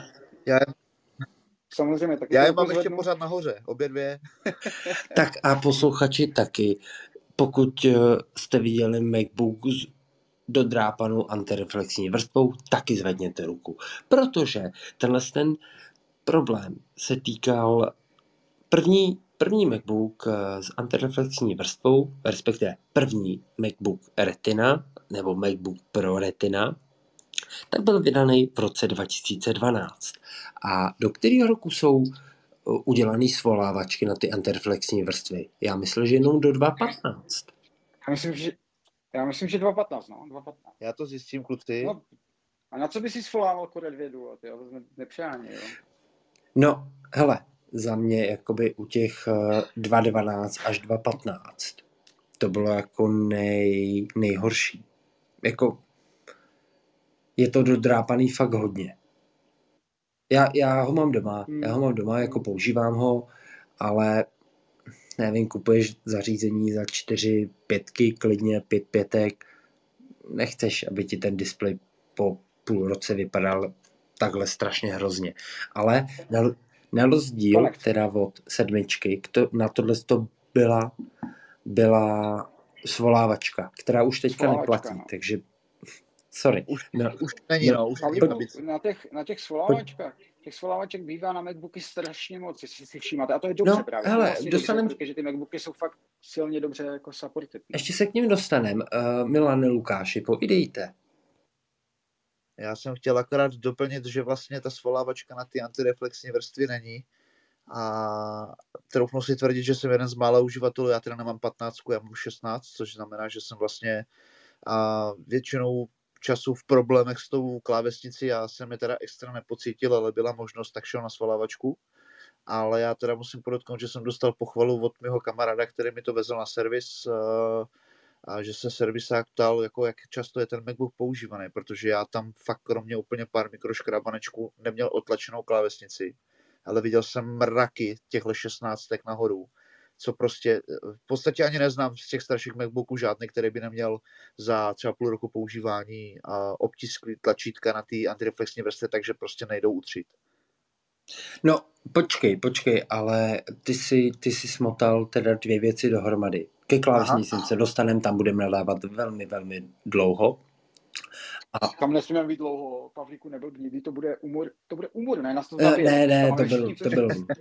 Samozřejmě, tak já je mám ještě pořád nahoře, obě dvě. Tak a posluchači taky. Pokud jste viděli MacBook s dodrápanou antireflexní vrstvou, taky zvedněte ruku. Protože ten problém se týkal první MacBook s antireflexní vrstvou, respektive první MacBook Retina, nebo MacBook Pro Retina, tak byl vydaný v roce 2012. A do kterého roku jsou udělané svolávačky na ty antireflexní vrstvy? Já myslím, že jenom do 2015. Já myslím, že 2015, no. 2015. Já to zjistím, kluci. No, a na co by si svolával Core 2 Duo? To nepřání, jo? No, hele, za mě jakoby u těch 2.12 až 2.15 to bylo jako nejhorší. Jako je to dodrápaný fakt hodně. Já ho mám doma, jako používám ho, ale nevím, kupuješ zařízení za 4 5, klidně 5 5, nechceš, aby ti ten displej po půl roce vypadal takhle strašně hrozně. Ale na rozdíl teda od 7, na tohle to byla svolávačka, která už teďka neplatí, no. Takže sorry. Už není, Na těch svolávaček bývá na MacBooky strašně moc, jestli si všímáte. A to je dobře právě. Hele, dobře, protože ty MacBooky jsou fakt silně dobře jako supported. Ještě se k ním dostanem. Milane, Lukáši, povídejte. Já jsem chtěl akorát doplnit, že vlastně ta svolávačka na ty antireflexní vrstvy není. A troufnu si tvrdit, že jsem jeden z mála uživatelů, já teda nemám 15, já mám 16, což znamená, že jsem vlastně většinou času v problémech s tou klávesnicí, já jsem je teda extra nepocítil, ale byla možnost, tak šel na svolávačku. Ale já teda musím podotknout, že jsem dostal pochvalu od mého kamaráda, který mi to vezl na servis, a že se servisák ptal, jako jak často je ten MacBook používaný, protože já tam fakt kromě úplně pár mikroškrábanečků neměl otlačenou klávesnici, ale viděl jsem mraky těchto 16 nahoru, co prostě v podstatě ani neznám z těch starších MacBooků žádný, který by neměl za třeba půl roku používání a obtisklý tlačítka na ty antireflexní vrstvy, takže prostě nejdou utřít. No, počkej, ale ty jsi smotal teda 2 věci dohromady. Ke klávesnicím se dostaneme, tam budeme nadávat velmi, velmi dlouho. A tam nesmíme být dlouho, Pavlíku, neblbý, to bude umor, ne? Nás to ne, to byl.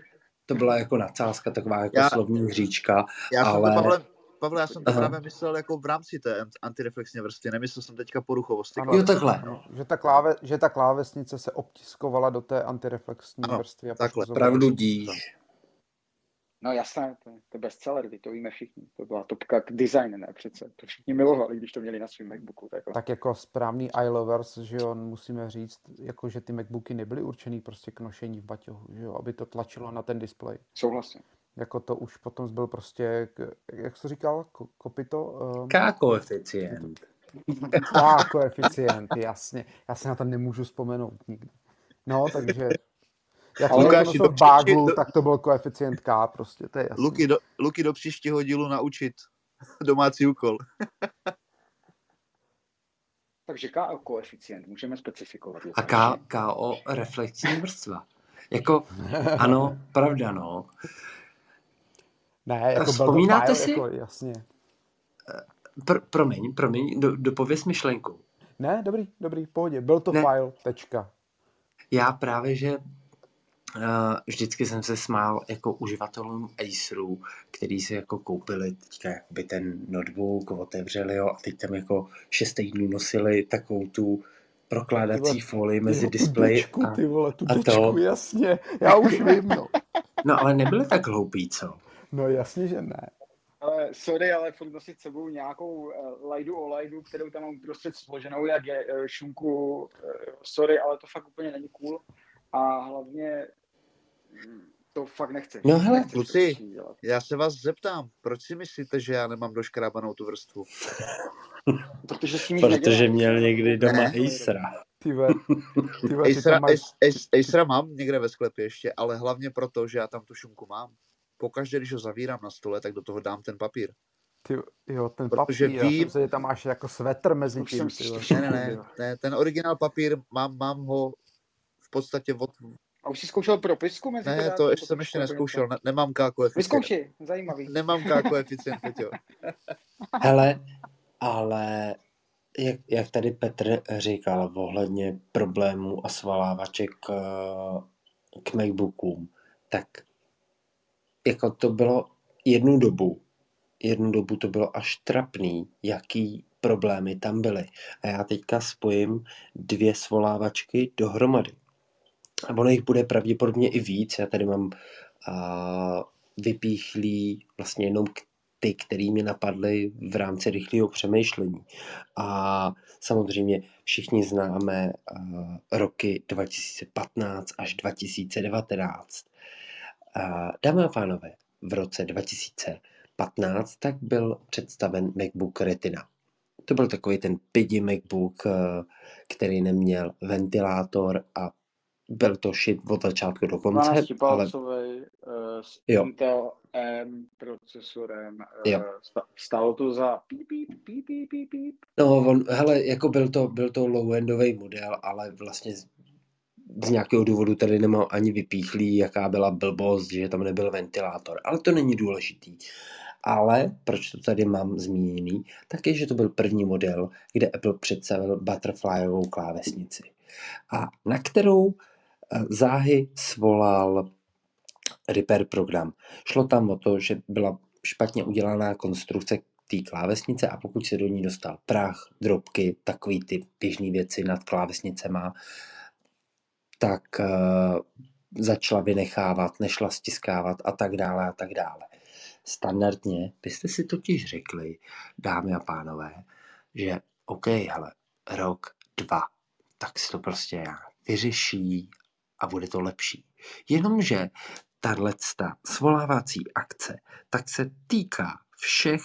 to byla jako nadsázka, taková jako Já- slovní hříčka, Já jsem to, ale... Pavle, já jsem to Aha. právě myslel jako v rámci té antireflexní vrstvy, nemyslel jsem teďka poruchovost. Ano. Jo, takhle. Ano, že ta klávesnice se obtiskovala do té antireflexní Ano, vrstvy a takhle. poškozovala. Pravdu díš. No jasné, to je bestseller, to víme všichni. To byla topka k design, ne přece. To všichni milovali, když to měli na svém MacBooku. Takhle. Tak jako správný iLovers, že jo, musíme říct, jako že ty MacBooky nebyly určený prostě k nošení v baťohu, že jo, aby to tlačilo na ten displej. Souhlasím. Jako to už potom byl prostě, jak jsi říkal, kopito? K-koeficient. Koeficient, jasně. Já se na to nemůžu vzpomenout nikdy. No, takže jak Ale to Lukáši, nosil do v příště- baglu, do- tak to byl koeficient K, prostě, to je jasné. Luky do příštího dílu naučit domácí úkol. Takže KO koeficient můžeme specifikovat. A KO reflexní vrstva. Jako, ano, pravda, no. Ne, jako byl to Vzpomínáte file, si? jako, jasně. Promiň, dopověz myšlenku. Ne, dobrý, v pohodě. Byl to Ne. file, tečka. Já právě, že vždycky jsem se smál jako uživatelům Acerů, který si jako koupili teďka jakoby ten notebook, otevřeli ho a teď tam jako 6 týdnů nosili takovou tu prokládací folii mezi displej Tu a dečku, to. jasně. Já už vím, no. No ale nebyli tak hloupí, co? No jasně, že ne. Ale sorry, ale furt nosit sebou nějakou lajdu o lajdu, kterou tam mám prostřed složenou, jak je šunku, sorry, ale to fakt úplně není cool. A hlavně to fakt nechci. No hele, Nechci kluci, to dělat. Já se vás zeptám, proč si myslíte, že já nemám doškrábanou tu vrstvu? Protože s tím nic Protože nedělám. měl někdy doma Ne. Acera. Ty tam máš... Acera mám někde ve sklepě ještě, ale hlavně proto, že já tam tu šunku mám. Pokaždé, když ho zavírám na stole, tak do toho dám ten papír. Jo, ten Protože papír, já vím- jsem se, že tam máš jako svetr mezi Už tím. jsem ty si vole. to Ne, ten originál papír mám ho v podstatě od... A už jsi zkoušel propisku mezi Ne, to to dát, ještě nebo jsem ještě trošku neskoušel, něco? nemám K koeficient. Vyzkouši, zajímavý. Nemám K koeficient, Peťo. Hele, ale jak tady Petr říkal ohledně problémů a svalávaček k MacBookům, tak jako to bylo jednu dobu to bylo až trapný, jaký problémy tam byly. A já teďka spojím 2 svolávačky dohromady. A ono jich bude pravděpodobně i víc. Já tady mám vypíchlý vlastně jenom ty, který mě napadly v rámci rychlého přemýšlení. A samozřejmě všichni známe roky 2015 až 2019. Dámy a pánové, v roce 2015 tak byl představen MacBook Retina. To byl takový ten pidi MacBook, který neměl ventilátor a byl to shit od začátku do konce. 12-palcový s Jo. Intel M procesorem. Jo. Stálo to za píp. No, hele, jako byl to low-endový model, ale vlastně z nějakého důvodu tady nemám ani vypíchlý, jaká byla blbost, že tam nebyl ventilátor. Ale to není důležitý. Ale proč to tady mám zmíněný, tak je, že to byl první model, kde Apple představil butterflyovou klávesnici. A na kterou záhy svolal Repair program. Šlo tam o to, že byla špatně udělaná konstrukce té klávesnice a pokud se do ní dostal prach, drobky, takový ty běžné věci nad klávesnicema, tak začala vynechávat, nešla stiskávat a tak dále a tak dále. Standardně byste si totiž řekli, dámy a pánové, že OK, hele, rok, 2, tak si to prostě nějak vyřeší a bude to lepší. Jenomže tahleta svolávací akce tak se týká všech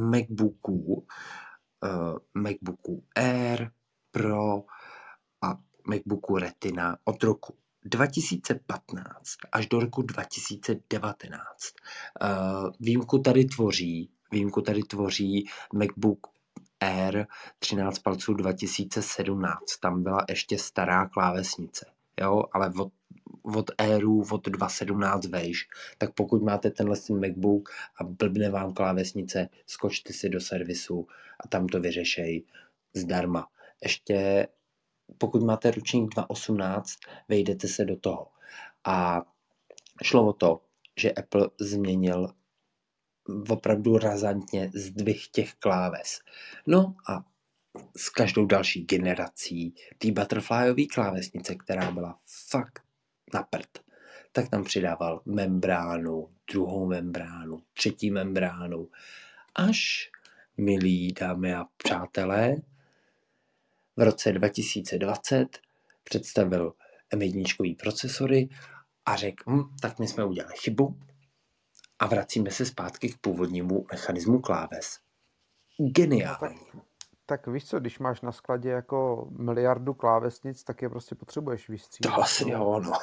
MacBooků Air, Pro a MacBooku Retina od roku 2015 až do roku 2019. Výjimku tady tvoří MacBook Air 13 palců 2017. Tam byla ještě stará klávesnice. Jo, ale od Airu, od 2.17 vejš, tak pokud máte tenhle MacBook a blbne vám klávesnice, skočte si do servisu a tam to vyřešej zdarma. Ještě pokud máte ročník 2018, vejdete se do toho. A šlo o to, že Apple změnil opravdu razantně zdvih těch kláves. No a s každou další generací té butterflyové klávesnice, která byla fakt na prd, tak tam přidával membránu, druhou membránu, třetí membránu, až, milí dámy a přátelé, v roce 2020 představil M1 procesory a řekl, tak my jsme udělali chybu a vracíme se zpátky k původnímu mechanismu kláves. Geniální. Tak víš co, když máš na skladě jako miliardu klávesnic, tak je prostě potřebuješ vystřídat. To asi jo, no.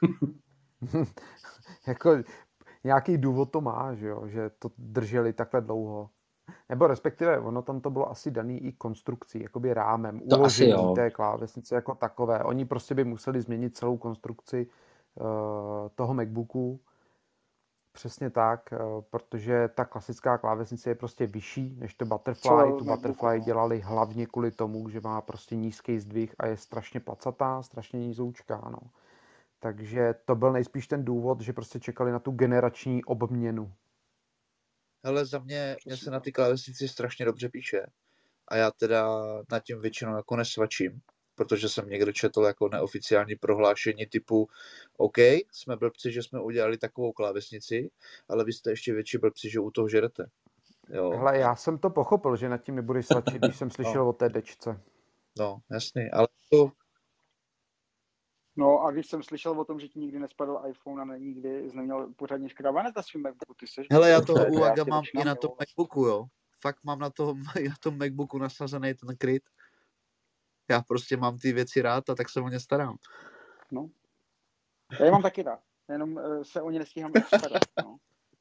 Jako nějaký důvod to má, že to drželi takhle dlouho. Nebo respektive ono tam to bylo asi daný i konstrukcí, jakoby rámem, To uložení asi jo. té klávesnice jako takové. Oni prostě by museli změnit celou konstrukci toho MacBooku. Přesně tak, protože ta klasická klávesnice je prostě vyšší než to Butterfly. Tu Butterfly dělali hlavně kvůli tomu, že má prostě nízký zdvih a je strašně placatá, strašně nízoučká, no. Takže to byl nejspíš ten důvod, že prostě čekali na tu generační obměnu. Hele, za mě se na ty klávesnici strašně dobře píše. A já teda nad tím většinou jako nesvačím, protože jsem někde četl jako neoficiální prohlášení typu OK, jsme blbci, že jsme udělali takovou klávesnici, ale vy jste ještě větší blbci, že u toho žerete. Jo. Hele, já jsem to pochopil, že nad tím nebudeš svačit, když jsem slyšel o té dečce. No, jasný, ale to... No a když jsem slyšel o tom, že ti nikdy nespadl iPhone a nikdy jsi neměl pořádně škrabanec na svým MacBooku, ty seš... Hele, já toho UAGa mám i na tom MacBooku, jo. Fakt mám na tom MacBooku nasazený ten kryt. Já prostě mám ty věci rád a tak se o ně starám. No. Já je mám taky rád, jenom se o ně nestíhám starat, no.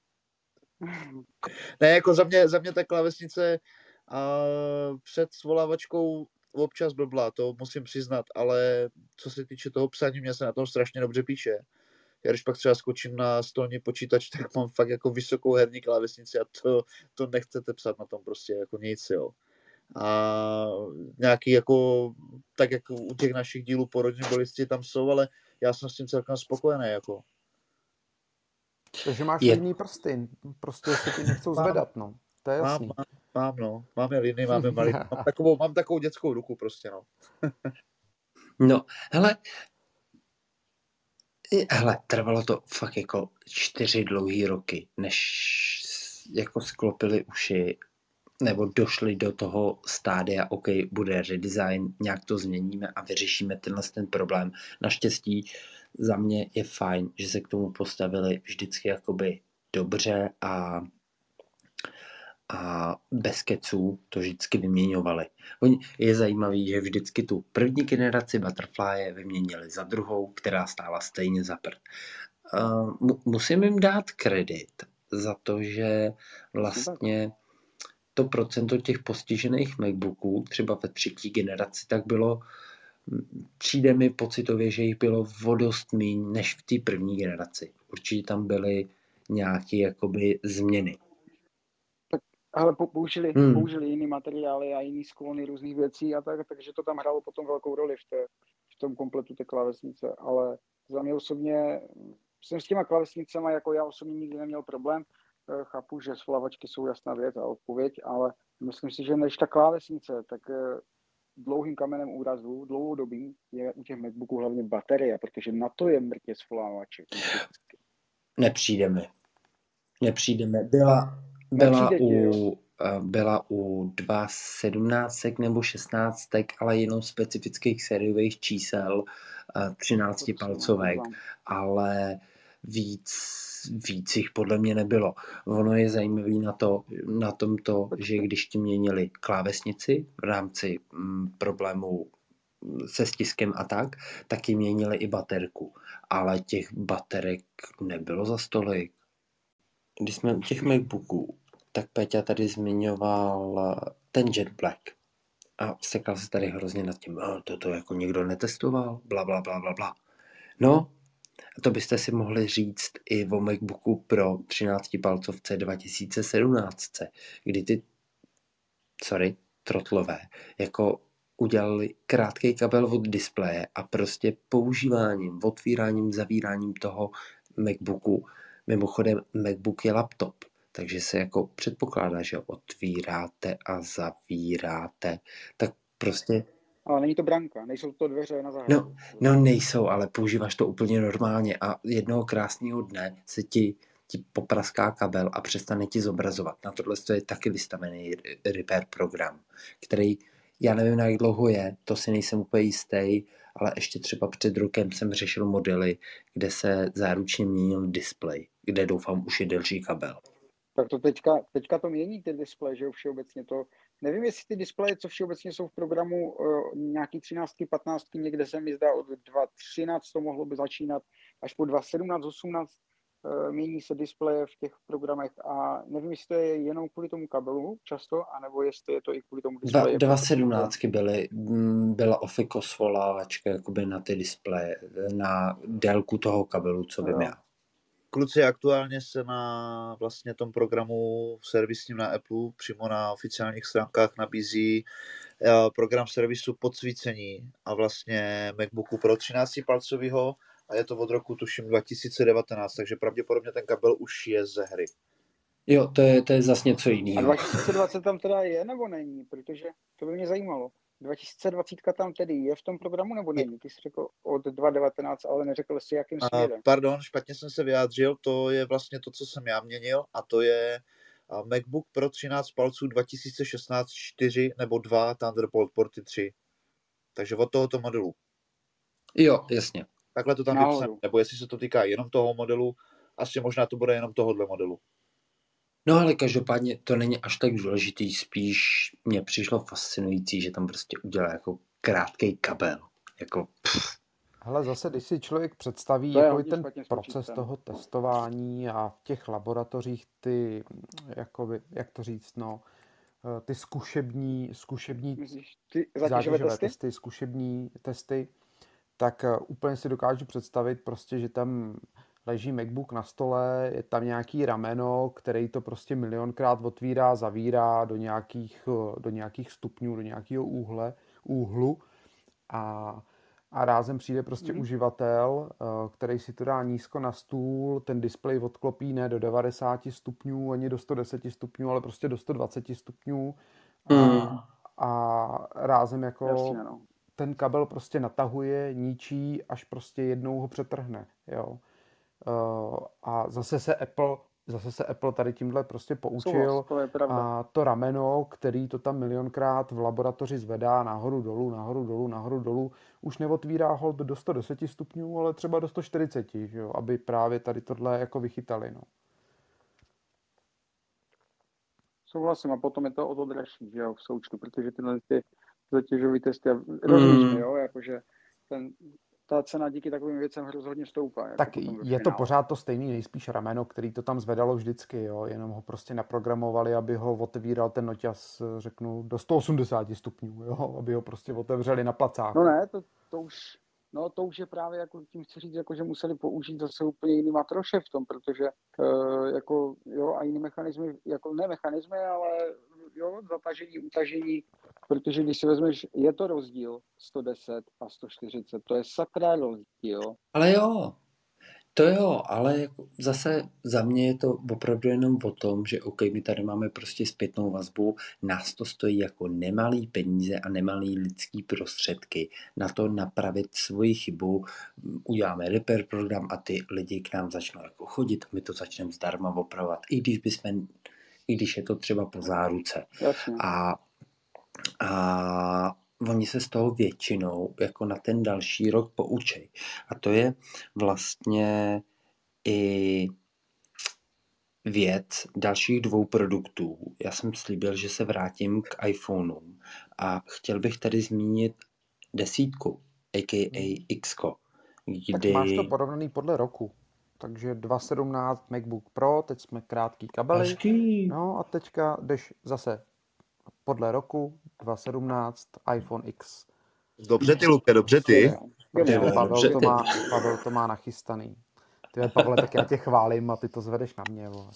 Ne, jako za mě ta klávesnice před svolávačkou občas blblá, to musím přiznat, ale co se týče toho psaní, mě se na tom strašně dobře píše. Já když pak třeba skočím na stolní počítač, tak mám fakt jako vysokou herní klávesnici a to nechcete psat na tom prostě jako nic, jo. A nějaký jako, tak jako u těch našich dílů porodní bolisti tam jsou, ale já jsem s tím celkem spokojený, jako. Takže máš líný prsty, prostě se ti nechcou zvedat, no. To je jasný. Máme líny, máme malý, mám takovou dětskou ruku prostě, no. No, hele, trvalo to fakt jako 4 dlouhý roky, než jako sklopili uši, nebo došli do toho stádia, OK, bude redesign, nějak to změníme a vyřešíme ten problém. Naštěstí za mě je fajn, že se k tomu postavili vždycky jakoby dobře a bez keců to vždycky vyměňovali. Je zajímavý, že vždycky tu první generaci Butterfly vyměnili za druhou, která stála stejně za prd. Musím jim dát kredit za to, že vlastně to procento těch postižených MacBooků třeba ve třetí generaci tak bylo, přijde mi pocitově, že jich bylo o dost míň než v té první generaci. Určitě tam byly nějaké jakoby změny. Ale použili jiný materiály a jiný sklony různých věcí a tak, takže to tam hrálo potom velkou roli v tom kompletu té klávesnice, ale za mě osobně jsem s těma klávesnicema, jako já osobně nikdy neměl problém. Chápu, že svolávačky jsou jasná věc a odpověď, ale myslím si, že než ta klávesnice, tak dlouhým kamenem úrazu, dlouhodobým je u těch MacBooků hlavně baterie, protože na to je mrtě svolávaček. Nepřijdeme. Byla u 2.17 nebo 16, ale jenom specifických sériových čísel 13 palcovek, ale víc jich podle mě nebylo. Ono je zajímavé na tomto, že když ti měnili klávesnici v rámci problémů se stiskem a tak ji měnili i baterku, ale těch baterek nebylo za stolik. Když jsme u těch MacBooků, tak Péťa tady zmiňoval ten Jet Black a sekal se tady hrozně nad tím, toto jako nikdo netestoval, bla, bla, bla, bla, bla. No, to byste si mohli říct i o MacBooku Pro 13 palcovce 2017, kdy ty trotlové jako udělali krátký kabel od displeje a prostě používáním, otvíráním, zavíráním toho MacBooku Mimochodem MacBook je laptop, takže se jako předpokládá, že otvíráte a zavíráte, tak prostě, Ale není to branka, nejsou to dveře na zahradu. no nejsou, ale používáš to úplně normálně a jednoho krásného dne se ti popraská kabel a přestane ti zobrazovat. Na tohle je taky vystavený repair program, který, já nevím, na jak dlouho je, to si nejsem úplně jistý, ale ještě třeba před rokem jsem řešil modely, kde se záručně měnil displej, kde doufám už je delší kabel. Tak to teďka to mění ty displeje, že jo, všeobecně to. Nevím, jestli ty displeje, co všeobecně jsou v programu nějaký 13, 15, někde se mi zdá od 2.13 to mohlo by začínat až po 2.17, 18 mění se displeje v těch programech a nevím, jestli to je jenom kvůli tomu kabelu často, anebo jestli je to i kvůli tomu displeji. 2.17 byla Offico svolávačka jakoby na ty displeje, na délku toho kabelu, co vím já. Kluci, aktuálně se na vlastně tom programu servisním na Apple přímo na oficiálních stránkách nabízí program servisu podsvícení a vlastně MacBooku Pro 13-palcového a je to od roku tuším 2019, takže pravděpodobně ten kabel už je ze hry. Jo, to je zase něco A jiného. 2020 tam teda je nebo není? Protože to by mě zajímalo. 2020 tam tedy je v tom programu nebo není? Ty jsi řekl od 2019, ale neřekl jsi, jakým směrem. Pardon, špatně jsem se vyjádřil, to je vlastně to, co jsem já měnil a to je MacBook Pro 13 palců 2016 4 nebo 2 Thunderbolt porty 3. Takže od tohoto modelu. Jo, jasně. Takhle to tam vypsané, nebo jestli se to týká jenom toho modelu, asi možná to bude jenom tohohle modelu. No ale každopádně to není až tak důležitý, spíš mě přišlo fascinující, že tam prostě udělá jako krátkej kabel. Jako Hele, zase, když si člověk představí jako ten proces toho testování a v těch laboratořích ty, jakoby, jak to říct, no, ty zkušební zátěžové testy, zkušební testy, tak úplně si dokážu představit prostě, že tam leží MacBook na stole, je tam nějaký rameno, který to prostě milionkrát otvírá, zavírá do nějakých stupňů, do nějakého úhlu a rázem přijde prostě uživatel, který si to dá nízko na stůl, ten displej odklopí ne do 90 stupňů, ani do 110 stupňů, ale prostě do 120 stupňů a rázem jako jasně, no. ten kabel prostě natahuje, ničí, až prostě jednou ho přetrhne, jo. A zase se Apple tady tímhle prostě poučil a to rameno, který to tam milionkrát v laboratoři zvedá nahoru dolů, už neotvírá hold do 110 stupňů, ale třeba do 140, že jo, aby právě tady tohle jako vychytali, no. Souhlasím a potom je to o to dražší, že jo, v součtu, protože tyhle ty zatěžové testy rozličné, jo, jakože ta cena díky takovým věcem rozhodně stoupá. Jako tak je to pořád to stejný, nejspíš rameno, který to tam zvedalo vždycky, jo, jenom ho prostě naprogramovali, aby ho otevíral ten noťaz, řeknu, do 180 stupňů, jo, aby ho prostě otevřeli na placáku. No ne, to už je právě, jako tím chci říct, jako, že museli použít zase úplně jiný matroše v tom, protože jako, jo, a jiný mechanismy, jako ne mechanismy, ale jo, zatažení, utažení, protože když si vezmeš, je to rozdíl 110 a 140, to je sakra rozdíl. Ale jo, to jo, ale jako zase za mě je to opravdu jenom o tom, že OK, my tady máme prostě zpětnou vazbu, nás to stojí jako nemalý peníze a nemalý lidský prostředky na to napravit svoji chybu, uděláme repair program a ty lidi k nám začnou jako chodit a my to začneme zdarma opravovat, i když je to třeba po záruce. A oni se z toho většinou jako na ten další rok poučej. A to je vlastně i věc dalších 2 produktů. Já jsem slíbil, že se vrátím k iPhoneům a chtěl bych tady zmínit 10, a.k.a. X-ko. Tak máš to porovnaný podle roku. Takže 2.17 MacBook Pro, teď jsme krátký kabely. No a teďka jdeš zase podle roku 2.17 iPhone X. Dobře ty, Luke, dobře ty. Pavel to má nachystaný. Ty, Pavle, tak já tě chválím a ty to zvedeš na mě. Vole.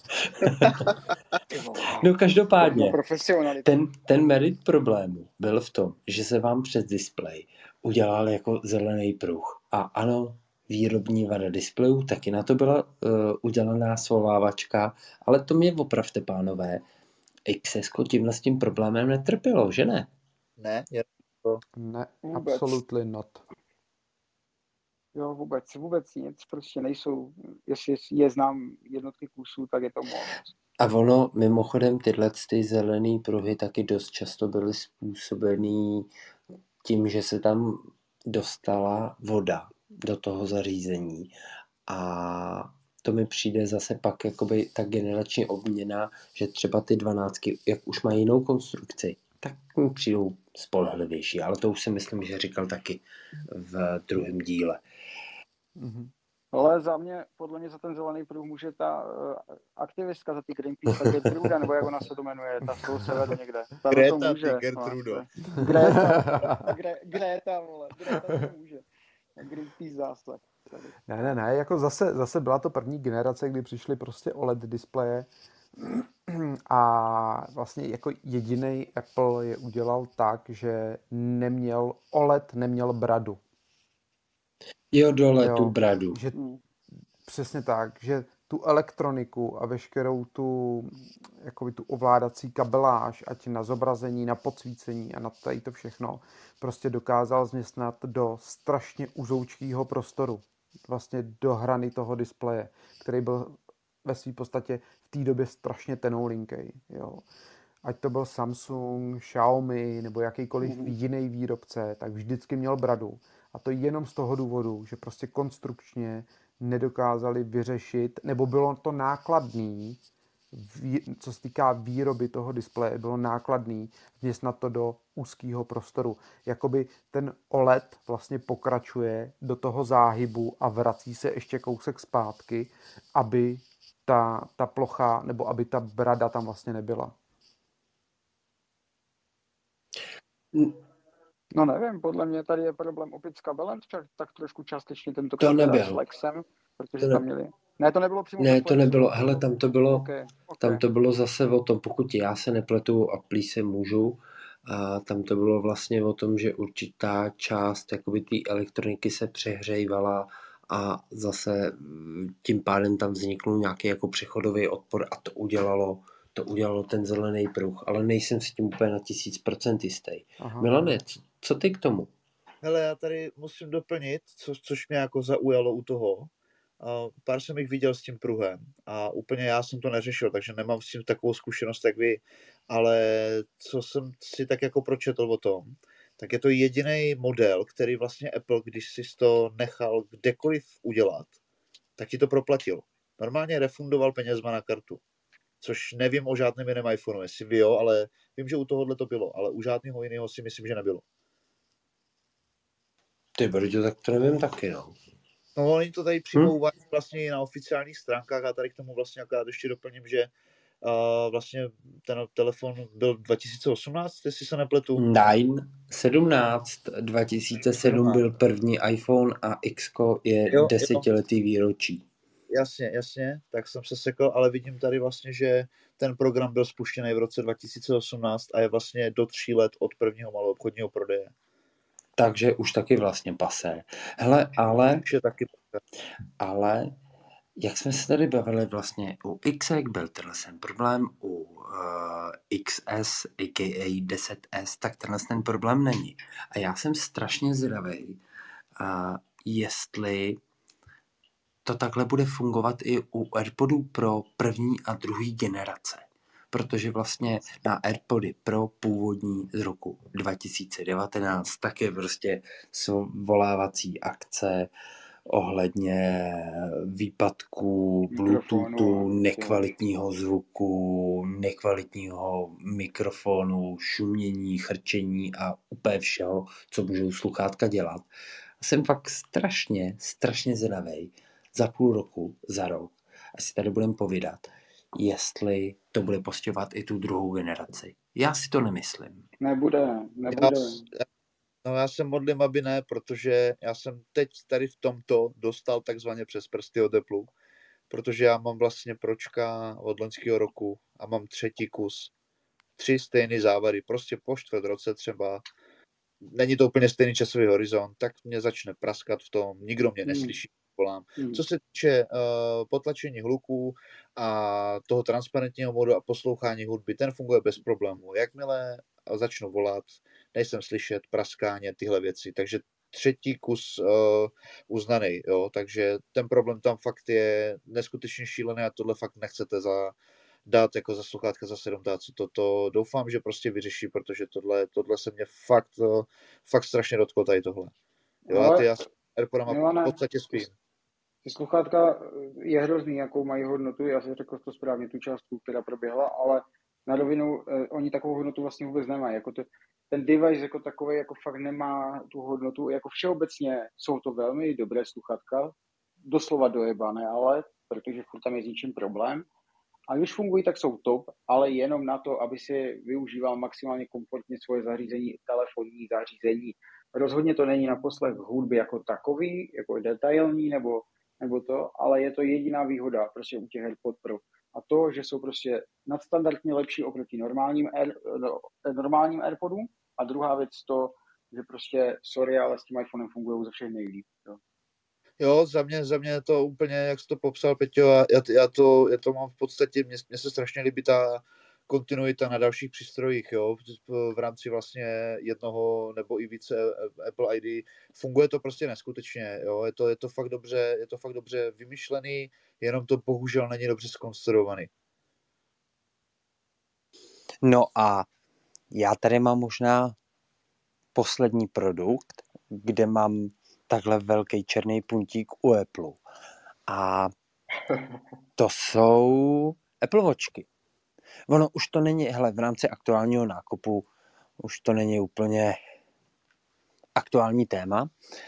No každopádně, ten merit problému byl v tom, že se vám přes displej udělal jako zelený pruh. A ano, výrobní vada displejů, taky na to byla udělaná svolávačka, ale to mě opravte, pánové, XS tímhle s tím problémem netrpělo, že ne? Ne, Ne, Vůbec. absolutely not. Jo, vůbec nic, prostě nejsou, jestli je znám jednotky kusů, tak je to moc. A ono, mimochodem, tyhle ty zelený pruhy taky dost často byly způsobený tím, že se tam dostala voda do toho zařízení. A to mi přijde zase pak jakoby ta generační obměna, že třeba ty 12, jak už mají jinou konstrukci, tak mi přijdou spolehlivější. Ale to už si myslím, že říkal taky v druhém díle. Mhm. Ale podle mě za ten zelený pruh může ta aktivistka za ty Greenpeace, ta Gertruda, nebo jak ona se to jmenuje, ta z toho severu někde. Ta za to Greta, může. ty Gertrudo. Greta, vole, Greta to může. Greenpeace zásah. Ne, jako zase byla to první generace, kdy přišly prostě OLED displeje a vlastně jako jediný Apple je udělal tak, že OLED neměl bradu. Jo, dole Jo, tu bradu. že přesně tak, že tu elektroniku a veškerou jakoby tu ovládací kabeláž, ať na zobrazení, na podsvícení a na tady to všechno, prostě dokázal změstnat do strašně uzoučkého prostoru. Vlastně do hrany toho displeje, který byl ve své podstatě v té době strašně tenoulinkej. Jo. Ať to byl Samsung, Xiaomi nebo jakýkoliv jiný výrobce, tak vždycky měl bradu. A to jenom z toho důvodu, že prostě konstrukčně nedokázali vyřešit, nebo bylo to nákladný, co se týká výroby toho displeje, bylo nákladný vměstnat to do úzkého prostoru. Jakoby ten OLED vlastně pokračuje do toho záhybu a vrací se ještě kousek zpátky, aby ta plocha, nebo aby ta brada tam vlastně nebyla. No nevím, podle mě tady je problém opět s kabelem, tak trošku částečně tento To nebyl. s Lexem, protože tam měli... Ne, to nebylo přímo. Ne, to nebylo. Hele, tam to bylo, Okay. tam to bylo zase o tom, pokud já se nepletu a plí se můžu, a tam to bylo vlastně o tom, že určitá část jakoby té elektroniky se přehřívala a zase tím pádem tam vznikl nějaký jako přechodový odpor a to udělalo ten zelený pruh, ale nejsem si tím úplně na 1000% jistý. Milane, co ty k tomu? Hele, já tady musím doplnit, což mě jako zaujalo u toho. Pár jsem jich viděl s tím pruhem a úplně já jsem to neřešil, takže nemám s tím takovou zkušenost jak vy, ale co jsem si tak jako pročetl o tom, tak je to jediný model, který vlastně Apple, když si to nechal kdekoliv udělat, tak ti to proplatil. Normálně refundoval penězma na kartu, což nevím o žádném jiném iPhoneu, jestli vy jo, ale vím, že u tohohle to bylo, ale u žádného jiného si myslím, že nebylo. Ty brďo, tak to nevím taky, no. No, oni to tady přímo uvádí vlastně i na oficiálních stránkách a tady k tomu vlastně akorát ještě doplním, že vlastně ten telefon byl 2018, jestli se nepletu. 2007 byl první iPhone a X je 10letý výročí. Jasně, tak jsem se sekl, ale vidím tady vlastně, že ten program byl spuštěný v roce 2018 a je vlastně do 3 let od prvního maloobchodního prodeje. Takže už taky vlastně pasé. Hele, ale jak jsme se tady bavili vlastně u XE byl tenhle problém, u XS, a.k.a. 10S, tak ten problém není. A já jsem strašně zvědavý, jestli to takhle bude fungovat i u AirPodů pro první a druhý generace. Protože vlastně na AirPody Pro původní z roku 2019 taky prostě svolávací akce ohledně výpadků Bluetoothu, nekvalitního zvuku, nekvalitního mikrofonu, šumění, chrčení a úplně všeho, co můžou sluchátka dělat. Jsem fakt strašně zvědavej za půl roku, za rok, až si tady budeme povídat, jestli to bude postihovat i tu druhou generaci. Já si to nemyslím. Nebude. Já se modlím, aby ne, protože já jsem teď tady v tomto dostal takzvaně přes prsty od Apple, protože já mám vlastně pročka od loňského roku a mám 3. kus. 3 stejné závady, prostě po 4 roce třeba. Není to úplně stejný časový horizont, tak mě začne praskat v tom, nikdo mě neslyší, volám. Co se týče potlačení hluku a toho transparentního modu a poslouchání hudby, ten funguje bez problémů. Jakmile začnu volat, nejsem slyšet, praskání, tyhle věci, takže třetí kus uznaný, jo, takže ten problém tam fakt je neskutečně šílený a tohle fakt nechcete dát jako za sluchátka za 7 dát, to doufám, že prostě vyřeší, protože tohle se mě fakt strašně dotklo tady tohle. Jo, a ty já s AirPodama v podstatě spím. Ty sluchátka je hrozný, jakou mají hodnotu, já jsem řekl to správně, tu částku, která proběhla, ale na rovinu oni takovou hodnotu vlastně vůbec nemají, jako ten device jako takový jako fakt nemá tu hodnotu, jako všeobecně jsou to velmi dobré sluchátka, doslova dojebané, ale protože furt tam je s ničím problém. A když fungují, tak jsou top, ale jenom na to, aby si využíval maximálně komfortně svoje zařízení, telefonní zařízení. Rozhodně to není na poslech hudby jako takový, jako detailní nebo to, ale je to jediná výhoda prostě u těch AirPod Pro. A to, že jsou prostě nadstandardně lepší oproti normálním AirPodům. A druhá věc to, že prostě, sorry, ale s tím iPhonem fungují ze všech nejlíp. Jo, za mě je to úplně, jak jsi to popsal, Peťo, já to mám v podstatě, mně se strašně líbí ta kontinuita na dalších přístrojích, jo, v rámci vlastně jednoho nebo i více Apple ID. Funguje to prostě neskutečně, jo, je to fakt dobře vymyšlený, jenom to bohužel není dobře zkonstruovaný. No a já tady mám možná poslední produkt, kde mám takhle velký černý puntík u Apple. A to jsou Apple Watchky. Ono už to není, v rámci aktuálního nákupu už to není úplně aktuální téma,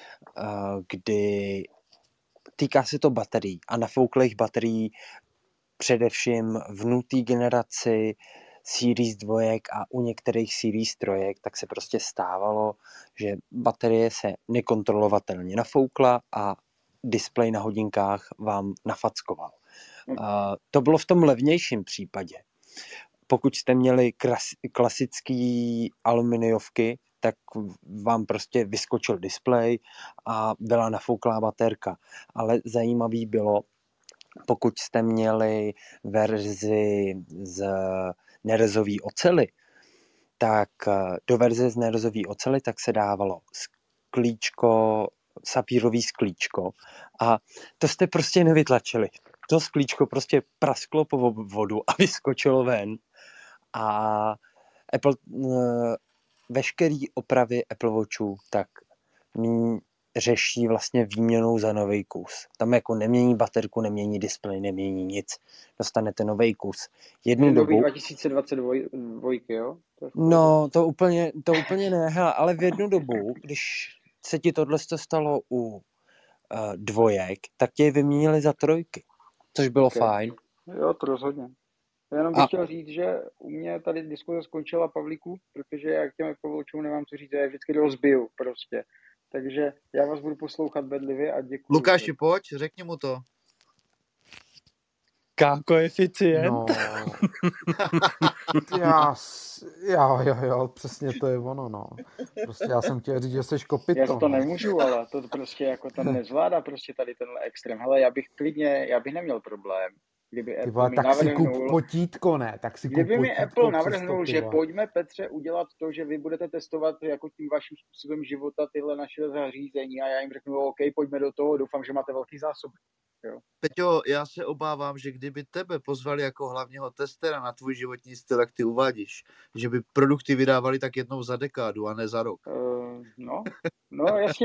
kdy týká se to baterií a nafouklých baterií především v nulté generaci Series 2 a u některých Series 3, tak se prostě stávalo, že baterie se nekontrolovatelně nafoukla a displej na hodinkách vám nafackoval. To bylo v tom levnějším případě. Pokud jste měli klasický aluminiovky, tak vám prostě vyskočil displej a byla nafouklá baterka. Ale zajímavý bylo, pokud jste měli verzi z nerezové oceli, tak do verze z nerezové oceli tak se dávalo sapírový sklíčko a to jste prostě nevytlačili. To sklíčko prostě prasklo po vodu a vyskočilo ven. A Apple, veškerý opravy Apple Watchů tak řeší vlastně výměnou za nový kus. Tam jako nemění baterku, nemění displej, nemění nic. Dostanete nový kus. Jednu dobu... 2022, jo? No, to úplně ne, ale v jednu dobu, když se ti tohle stalo u dvojek, tak tě je vyměnili za trojky, což bylo fajn. Jo, to rozhodně. Já jenom bych chtěl říct, že u mě tady diskuze skončila, Pavlíku, protože já k těm Apple Watchům nemám co říct, já vždycky rozbiju prostě. Takže já vás budu poslouchat bedlivě a děkuji. Lukáši, pojď, řekni mu to. Koeficient? No. Jo, přesně to je ono, no. Prostě já jsem chtěl říct, že jsi kopyto. Já to nemůžu, ale to prostě jako tam nezvládá prostě tady tenhle extrém. Hele, já bych neměl problém. Kdyby Apple mi navrhnul, potítko, ne? Tak si kdyby mi Apple navrhnul, že pojďme, Petře, udělat to, že vy budete testovat jako tím vaším způsobem života tyhle naše zařízení a já jim řeknu, OK, pojďme do toho, doufám, že máte velký zásoby. Jo. Peťo, já se obávám, že kdyby tebe pozvali jako hlavního testera na tvůj životní styl, jak ty uvádíš, že by produkty vydávali tak jednou za dekádu a ne za rok. No, jasně,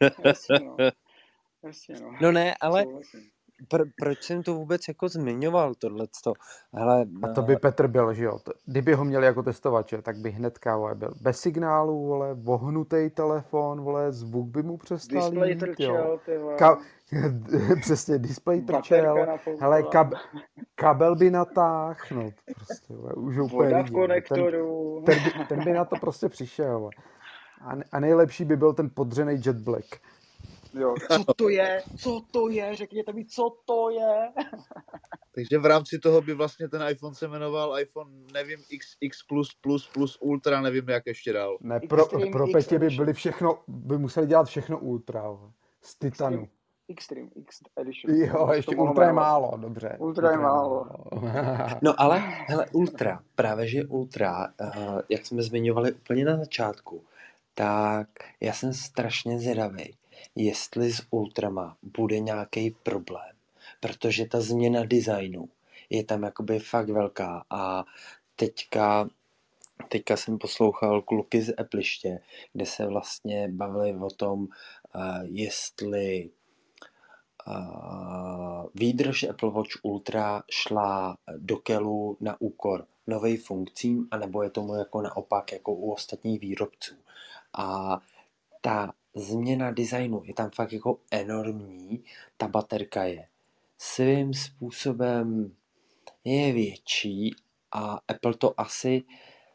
no. No ne, ale proč jsem to vůbec jako zmiňoval, tohleto? Hele, a to by Petr byl, že jo? Kdyby ho měli jako testovače, tak by hnedka byl bez signálu, vole, vohnutý telefon, vole, zvuk by mu přestal display jít, trčel, přesně, display trčel, hele, kabel by natáhl, no, prostě, už úplně voda v konektoru. Ten by na to prostě přišel. A nejlepší by byl ten podřený Jet Black. Jo, co to je, řekněte mi, co to je. Takže v rámci toho by vlastně ten iPhone se jmenoval iPhone, nevím, X plus Ultra, nevím, jak ještě dál. Ne, pro Petě by museli dělat všechno Ultra, z titanu. Extreme, X Edition. Jo, Jak se ještě to mohlo ultra je jmenovat? málo, dobře. Ultra je málo. No ale, hele, Ultra, právě že Ultra, jak jsme zmiňovali úplně na začátku, tak já jsem strašně zvědavý, jestli s Ultrama bude nějaký problém, protože ta změna designu je tam jakoby fakt velká a teďka jsem poslouchal kluky z Appleiště, kde se vlastně bavili o tom, jestli výdrž Apple Watch Ultra šla do kelu na úkor novým funkcím, anebo je tomu jako naopak, jako u ostatních výrobců. A ta změna designu je tam fakt jako enormní, ta baterka je svým způsobem je větší a Apple to asi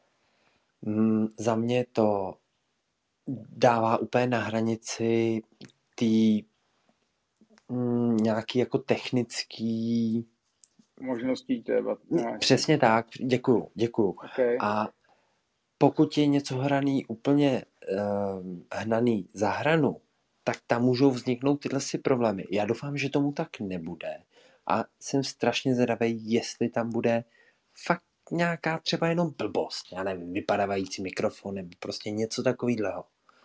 za mě to dává úplně na hranici té nějaký jako technický Možností třeba. Přesně tak, děkuju. Okay. A pokud je něco hraný úplně hnaný za hranu, tak tam můžou vzniknout tyhle si problémy. Já doufám, že tomu tak nebude. A jsem strašně zvědavý, jestli tam bude fakt nějaká třeba jenom blbost. Já nevím, vypadávající mikrofon nebo prostě něco takového.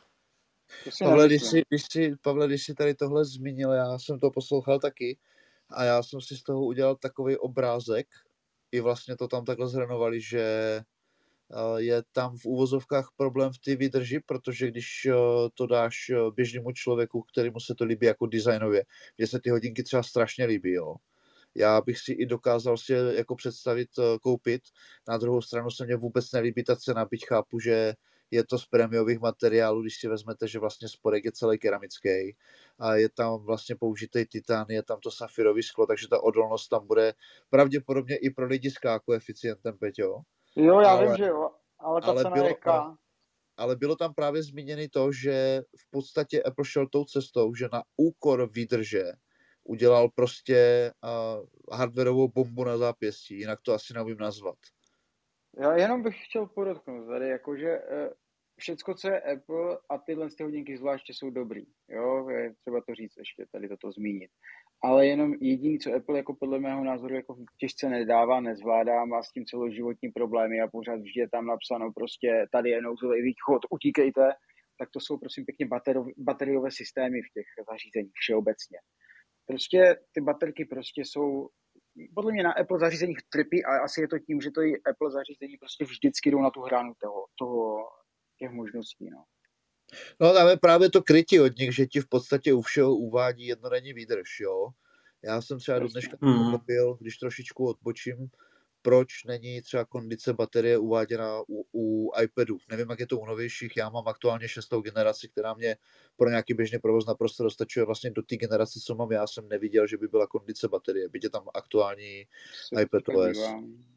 Pavle, když jsi tady tohle zmínil, já jsem to poslouchal taky a já jsem si z toho udělal takový obrázek, i vlastně to tam takhle zhrnovali, že je tam v úvozovkách problém v té výdrži, protože když to dáš běžnému člověku, kterému se to líbí jako designově, že se ty hodinky třeba strašně líbí, jo. Já bych si i dokázal si jako představit koupit. Na druhou stranu se mně vůbec nelíbí ta cena, byť chápu, že je to z prémiových materiálů, když si vezmete, že vlastně spodek je celý keramický a je tam vlastně použitý titán, je tam to safirový sklo, takže ta odolnost tam bude pravděpodobně i pro lidi s koeficientem, Peťo. Jo, já vím, že jo, ale ta cena je jaká? Ale bylo tam právě zmíněno to, že v podstatě Apple šel tou cestou, že na úkor výdrže udělal prostě hardwarovou bombu na zápěstí, jinak to asi neumím nazvat. Já jenom bych chtěl podotknout tady, jakože všecko, co je Apple a tyhle hodinky zvláště jsou dobrý, jo, je třeba to říct ještě, tady toto zmínit. Ale jenom jediný, co Apple jako podle mého názoru jako těžce nedává, nezvládá, má s tím celoživotní problémy a pořád vždy je tam napsáno prostě tady je nouzový východ, utíkejte, tak to jsou prosím pěkně bateriové systémy v těch zařízeních všeobecně. Prostě ty baterky prostě jsou, podle mě na Apple zařízeních trpí a asi je to tím, že to i Apple zařízení prostě vždycky jdou na tu hranu těch možností, no. No tam je právě to krytí od nich, že ti v podstatě u všeho uvádí jednodenní výdrž, jo. Já jsem třeba do dneška pochopil, když trošičku odbočím, proč není třeba kondice baterie uváděna u iPadu. Nevím, jak je to u novějších, já mám aktuálně 6. generaci, která mě pro nějaký běžný provoz naprosto dostačuje. Vlastně do té generace, co mám já, jsem neviděl, že by byla kondice baterie, byť je tam aktuální iPadOS.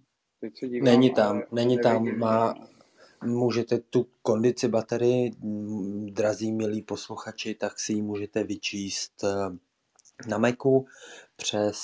Není tam, můžete tu kondici baterie, drazí milí posluchači, tak si ji můžete vyčíst na Macu přes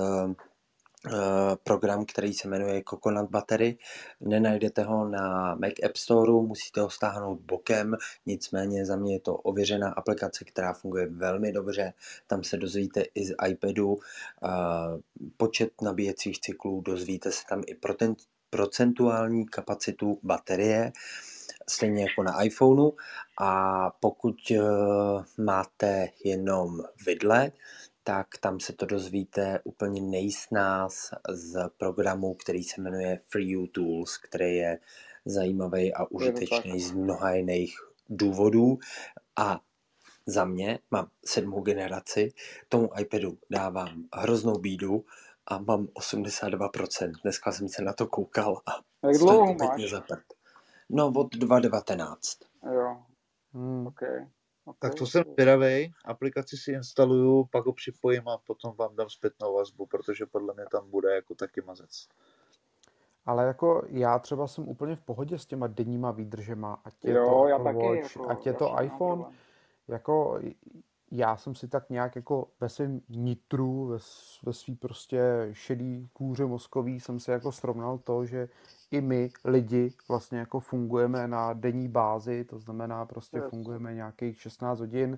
program, který se jmenuje Coconut Battery. Nenajdete ho na Mac App Store, musíte ho stáhnout bokem, nicméně za mě je to ověřená aplikace, která funguje velmi dobře. Tam se dozvíte i z iPadu počet nabíjecích cyklů, dozvíte se tam i procentuální kapacitu baterie, stejně jako na iPhoneu. A pokud máte jenom vidle, tak tam se to dozvíte úplně nejsnáz z programu, který se jmenuje FreeU Tools, který je zajímavý a užitečný z mnoha jiných důvodů. A za mě mám 7. generaci, tomu iPadu dávám hroznou bídu a mám 82%. Dneska jsem se na to koukal a jak dlouho máš? No od 2.19. Jo, okay. Tak to jsem zvědavej, aplikaci si instaluju, pak ho připojím a potom vám dám zpětnou vazbu, protože podle mě tam bude jako taky mazec. Ale jako já třeba jsem úplně v pohodě s těma denníma výdržema, ať je jo, to já Apple taky, Watch, jako, ať je to iPhone, jako já jsem si tak nějak jako ve svém nitru, ve svý prostě šedý kůře mozkový jsem si jako srovnal to, že i my lidi vlastně jako fungujeme na denní bázi, to znamená prostě fungujeme nějakých 16 hodin,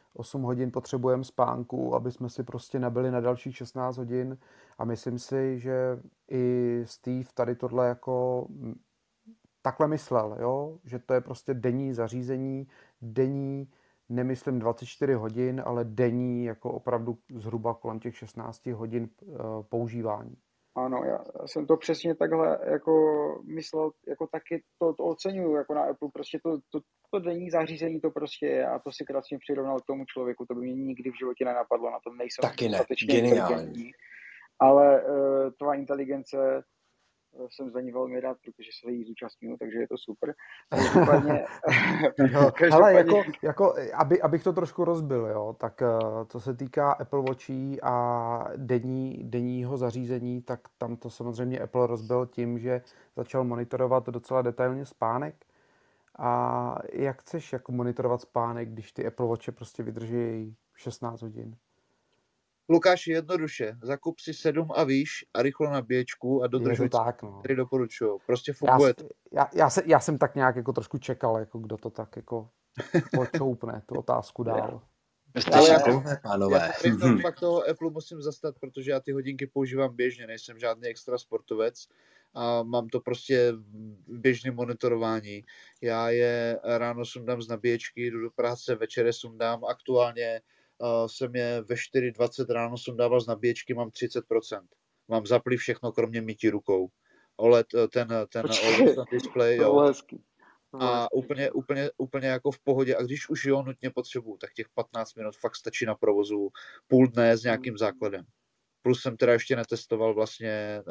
8 hodin potřebujeme spánku, aby jsme si prostě nabili na dalších 16 hodin a myslím si, že i Steve tady tohle jako takhle myslel, jo? Že to je prostě denní zařízení, denní, nemyslím 24 hodin, ale denní jako opravdu zhruba kolem těch 16 hodin používání. Ano, já jsem to přesně takhle jako myslel, jako taky to oceňuju jako na Apple, prostě to denní zařízení to prostě je a to si krásně přirovnal k tomu člověku, to by mě nikdy v životě nenapadlo, na tom nejsem Taky ne. dostatečně Geniální. inteligentní, ale tvá inteligence, jsem za ní velmi rád, protože se jí zúčastňuju, takže je to super. Každopádně, Hele, jako abych to trošku rozbil, jo, tak co se týká Apple Watchí a denního zařízení, tak tam to samozřejmě Apple rozbil tím, že začal monitorovat docela detailně spánek. A jak chceš jako monitorovat spánek, když ty Apple Watche prostě vydrží 16 hodin? Lukáš, jednoduše, zakup si 7 a výš a rychlo nabíječku a dodržuj, tak, no. který doporučuju. Prostě funguje to. Já jsem tak nějak jako trošku čekal, jako kdo to tak jako počoupne, tu otázku dál. Pánové. Fakt toho Apple musím zastat, protože já ty hodinky používám běžně, nejsem žádný extra sportovec a mám to prostě běžné monitorování. Já je ráno sundám z nabíječky, jdu do práce, večer je sundám. Aktuálně jsem je ve 4:20 ráno sundával z nabíječky, mám 30%. Mám zapli všechno, kromě mytí rukou. OLED, ten OLED display, jo. A úplně jako v pohodě. A když už jo, nutně potřebuju, tak těch 15 minut fakt stačí na provozu, půl dne s nějakým základem. Plus jsem teda ještě netestoval vlastně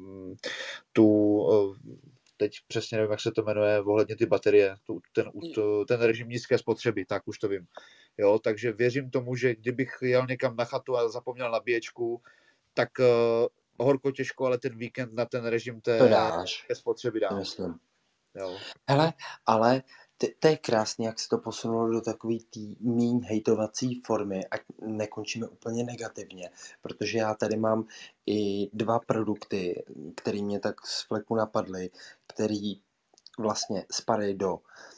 teď přesně nevím, jak se to jmenuje, ohledně ty baterie, ten režim nízké spotřeby, tak už to vím. Jo, takže věřím tomu, že kdybych jel někam na chatu a zapomněl nabíječku, tak horko těžko, ale ten víkend na ten režim té spotřeby dám. Myslím. Jo. Hele, ale to je krásně, jak se to posunulo do takové té míň hejtovací formy, ať nekončíme úplně negativně, protože já tady mám i 2 produkty, které mě tak z fleku napadly, který vlastně spadají do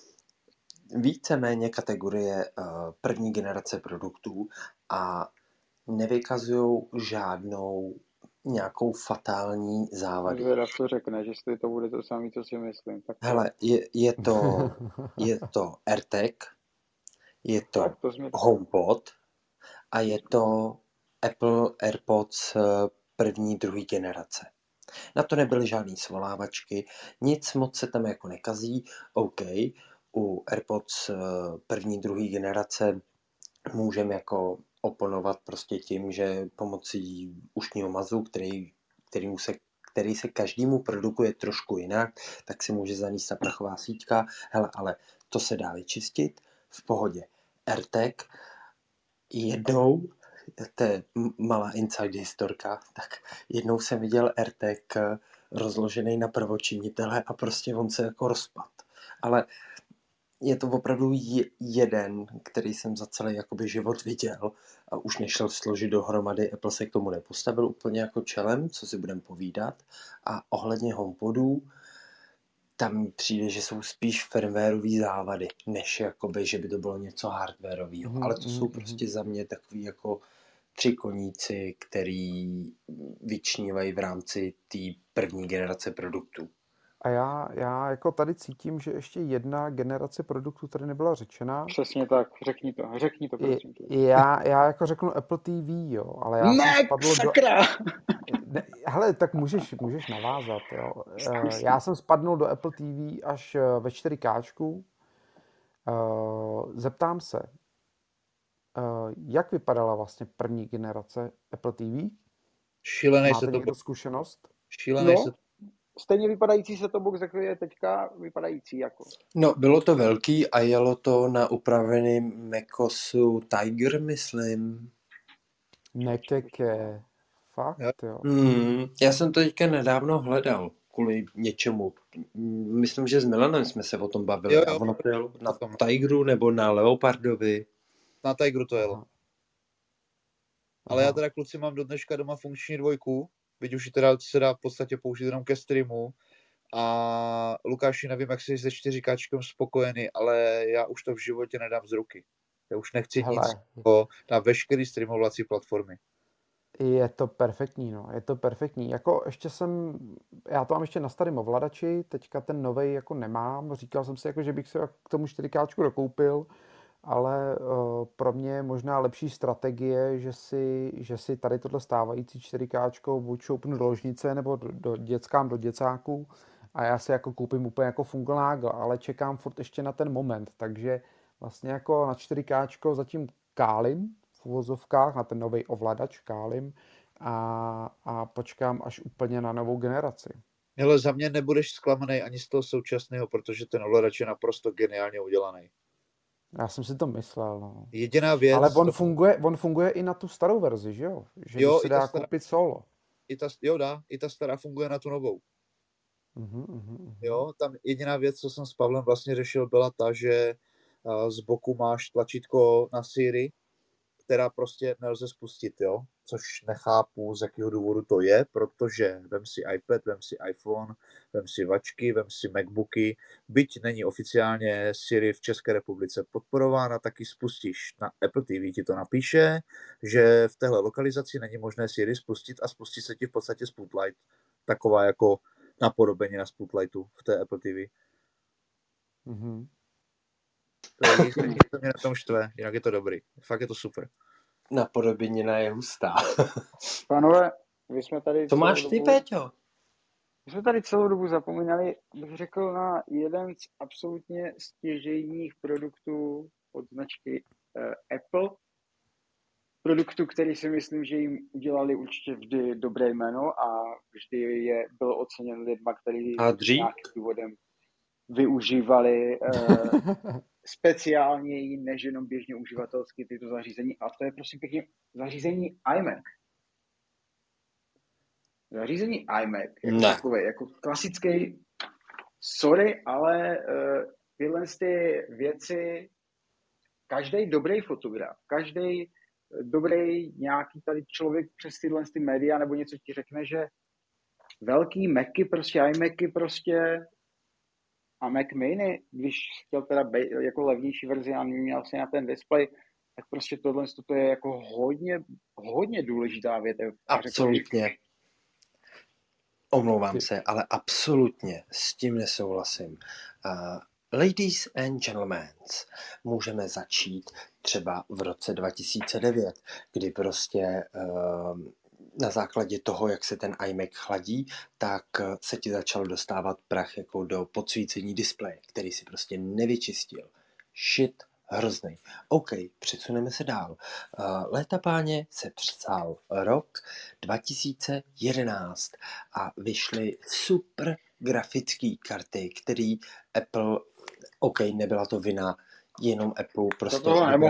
víceméně kategorie první generace produktů a nevykazují žádnou nějakou fatální závadu. Zvědav, co řekne, že jestli to bude to samé, co si myslím. Tak hele, je to AirTag, je to HomePod a je to Apple AirPods první, druhé generace. Na to nebyly žádný svolávačky, nic moc se tam jako nekazí. OK, u AirPods první, druhé generace můžeme jako oponovat prostě tím, že pomocí ušního mazu, který se každému produkuje trošku jinak, tak si může zanést ta prachová síťka. Hele, ale to se dá vyčistit v pohodě. AirTag jednou, to je malá inside historka, tak jednou jsem viděl AirTag rozložený na prvočinitele a prostě on se jako rozpad. Ale je to opravdu jeden, který jsem za celý jakoby život viděl a už nešel složit dohromady. Apple se k tomu nepostavil úplně jako čelem, co si budeme povídat. A ohledně HomePodů, tam přijde, že jsou spíš firmwareový závady, než jakoby, že by to bylo něco hardwareového. Ale to jsou prostě za mě takový jako 3 koníci, který vyčnívají v rámci té první generace produktů. A já jako tady cítím, že ještě jedna generace produktů tady nebyla řečena. Přesně tak, řekni to prosím. Já jako řeknu Apple TV, jo, ale já jsem spadl hele, tak můžeš navázat, jo. Já jsem spadnul do Apple TV až ve 4K. Zeptám se, jak vypadala vlastně první generace Apple TV? Šílený Máte se to někdo zkušenost? Šílený se stejně vypadající se to box, jako je teďka vypadající jako. No, bylo to velký a jelo to na upraveným Macosu Tiger, myslím. Nekeké. Fakt, jo. Já jsem to teďka nedávno hledal kvůli něčemu. Myslím, že s Milanem jsme se o tom bavili. Jo. A ono to jelo na Tigeru nebo na Leopardovi. Na Tigeru to jelo. Ale já teda, kluci, mám do dneška doma funkční 2, byť už teda se dá v podstatě použít jenom ke streamu. A Lukáši, nevím, jak jsi se 4K spokojený, ale já už to v životě nedám z ruky. Já už nechci nic Hele, na veškeré streamovací platformy. je to perfektní, no, je to perfektní. Jako já to mám ještě na starém ovladači, teďka ten novej jako nemám, říkal jsem si, jako, že bych se k tomu 4K dokoupil, ale pro mě je možná lepší strategie, že si tady tohle stávající 4K buď šoupnu do ložnice nebo do děcáků a já si jako koupím úplně jako Funkelnagel, ale čekám furt ještě na ten moment, takže vlastně jako na 4K zatím kálím v uvozovkách, na ten nový ovladač kálím a počkám až úplně na novou generaci. Hele, za mě nebudeš zklamaný ani z toho současného, protože ten ovladač je naprosto geniálně udělaný. Já jsem si to myslel, no. Jediná věc... Ale on funguje i na tu starou verzi, že jo? Že Jo, když se i ta dá stará- koupit solo. I ta stará funguje na tu novou. Mhm. Jo, tam jediná věc, co jsem s Pavlem vlastně řešil, byla ta, že z boku máš tlačítko na Siri, která prostě nelze spustit, jo? Což nechápu, z jakého důvodu to je, protože vem si iPad, vem si iPhone, vem si vačky, vem si MacBooky, byť není oficiálně Siri v České republice podporována, taky spustíš na Apple TV, ti to napíše, že v téhle lokalizaci není možné Siri spustit a spustí se ti v podstatě Spotlight, taková jako napodobení na Spotlightu v té Apple TV. Mhm. To je jediné, co mě na tom štve, jinak je to dobrý. Fakt je to super. Napodobenina je hustá. Pánové, vy jsme tady To máš ty, Péťo? My jsme tady celou dobu zapomínali, bych řekl, na jeden z absolutně stěžejních produktů od značky Apple. Produktu, který si myslím, že jim udělali určitě vždy dobré jméno a vždy byl oceněn lidma, který nějakým důvodem využívali speciálně než jenom běžně uživatelsky tyto zařízení. A to je prosím pěkně zařízení iMac. Zařízení iMac jako takové, jako klasický, sorry, ale tyhle ty věci, každý dobrý fotograf, každý dobrý nějaký tady člověk přes tyhle ty média nebo něco ti řekne, že velký Macy, prostě iMacy prostě a Mac Mini, když chtěl teda být jako levnější verzi a měl si na ten display, tak prostě tohle to je jako hodně důležitá věc. Absolutně. Omlouvám se, ale absolutně s tím nesouhlasím. Ladies and gentlemen, můžeme začít třeba v roce 2009, kdy prostě na základě toho, jak se ten iMac chladí, tak se ti začal dostávat prach jako do podsvícení displeje, který si prostě nevyčistil. Shit, hrozný. OK, přesuneme se dál. Léta páně se přsál rok 2011 a vyšly super grafické karty, který Apple, OK, nebyla to vina jenom Apple, prostě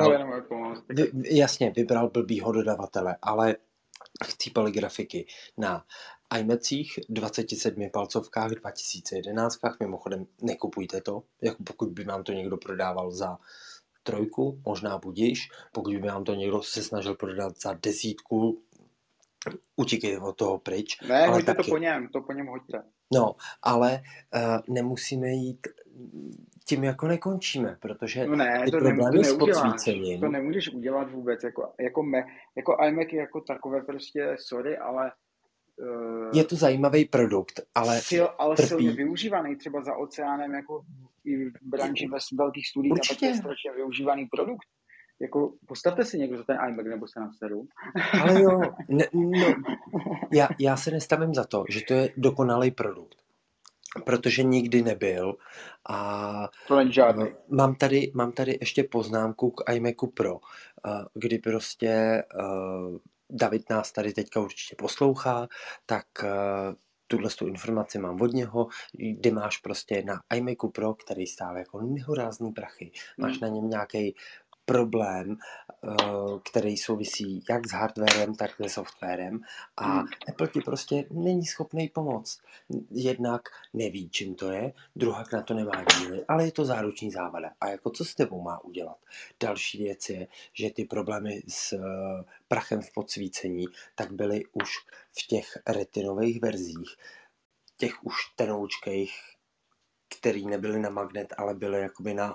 vybral blbýho dodavatele, ale chcípali grafiky na iMacích 27 palcovkách 2011, mimochodem nekupujte to, jako pokud by vám to někdo prodával za 3, možná budíš, pokud by vám to někdo se snažil prodat za 10, utíkej od toho pryč. Ne, hoďte to po něm hoďte. No, ale nemusíme jít, tím jako nekončíme, protože ty problémy s podsvícením... To nemůžeš udělat vůbec, jako iMac jako takové prostě, sorry, ale... je to zajímavý produkt, ale silně využívaný třeba za oceánem, jako i v branži velkých studií, a tak je strašně využívaný produkt. Jako, postavte si někdo za ten iMac, nebo se nastaru. Ale jo, já se nestavím za to, že to je dokonalý produkt, protože nikdy nebyl a to není žádný. Mám tady ještě poznámku k iMacu Pro, kdy prostě David nás tady teďka určitě poslouchá, tak tuhle informaci mám od něho, kdy máš prostě na iMacu Pro, který stál jako nehorázný prachy, máš na něm nějaký problém, který souvisí jak s hardwarem, tak se softwarem a Apple ti prostě není schopný pomoct. Jednak neví, čím to je, druhak na to nemá díly, ale je to záruční závada. A jako co s tebou má udělat? Další věc je, že ty problémy s prachem v podsvícení tak byly už v těch retinových verzích, těch už tenoučkých, který nebyly na magnet, ale byly jakoby na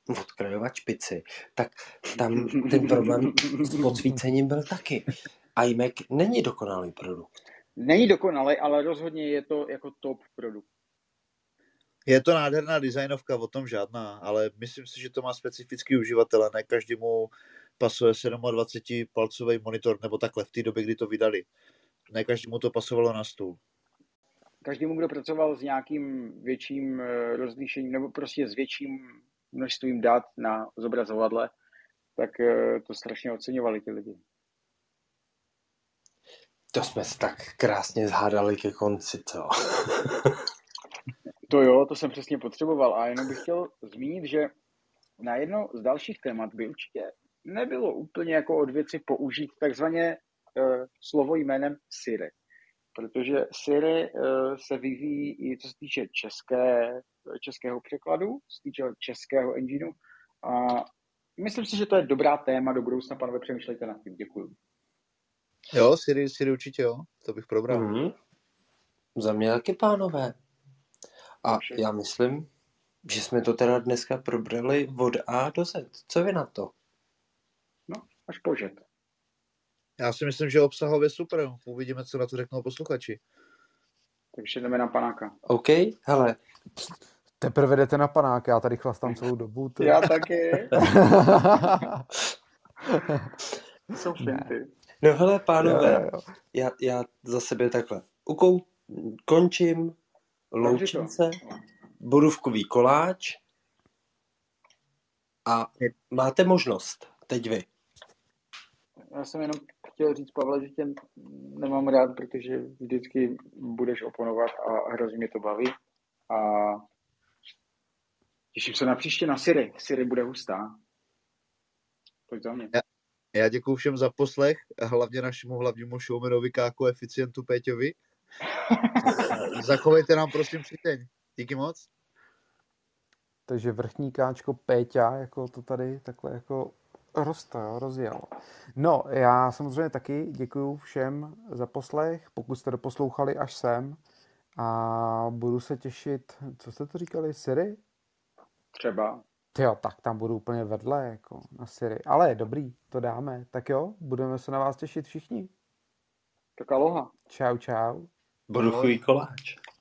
odkrajovat špici, tak tam ten problém s podsvícením byl taky. iMac není dokonalý produkt. Není dokonalý, ale rozhodně je to jako top produkt. Je to nádherná designovka, o tom žádná, ale myslím si, že to má specifický uživatele, ne každému pasuje 27-palcový monitor, nebo takhle v té době, kdy to vydali. Ne každému to pasovalo na stůl. Každému, kdo pracoval s nějakým větším rozlišením nebo prostě s větším množstvím dat na zobrazovadle, tak to strašně oceňovali ti lidi. To jsme se tak krásně zhádali ke konci, co? To jo, to jsem přesně potřeboval a jenom bych chtěl zmínit, že na jedno z dalších témat by určitě nebylo úplně jako od věci použít takzvaně slovo jménem Siri. Protože Siri se vyvíjí i co se týče českého překladu, co se týče českého engineu. A myslím si, že to je dobrá téma do budoucna, panové, přemýšlejte nad tím. Děkuju. Jo, Siri určitě jo, to bych probral. Mm-hmm. Za mě taky, pánové. A Dobře. já myslím, že jsme to teda dneska probrali od A do Z. Co vy na to? No, až požet. Já si myslím, že obsahově super. Uvidíme, co na to řeknou posluchači. Takže jdeme na panáka. OK, hele. Teprve jdete na panák, já tady chlastám celou dobu. Já taky. Jsou finty. No hele, pánové, Jo. já za sebe takhle končím, loučím se, borůvkový koláč a máte možnost, teď vy. Já jsem jenom chtěl říct, Pavle, že tě nemám rád, protože vždycky budeš oponovat a hrozně mě to baví. A těším se na příště na Siri. Siri bude hustá. Pojď za mě. Já děkuju všem za poslech, hlavně našemu hlavnímu showmanovi K koeficientu Péťovi. Zachovejte nám prosím přízeň. Díky moc. Takže vrchníkáčko Péťa, jako to tady takhle jako roste, rozjel. No, já samozřejmě taky děkuju všem za poslech, pokud jste doposlouchali až sem a budu se těšit, co jste to říkali, Siri? Třeba. Jo, tak tam budu úplně vedle, jako na Siri. Ale dobrý, to dáme. Tak jo, budeme se na vás těšit všichni. Tak aloha. Čau, čau. Borůvkový koláč.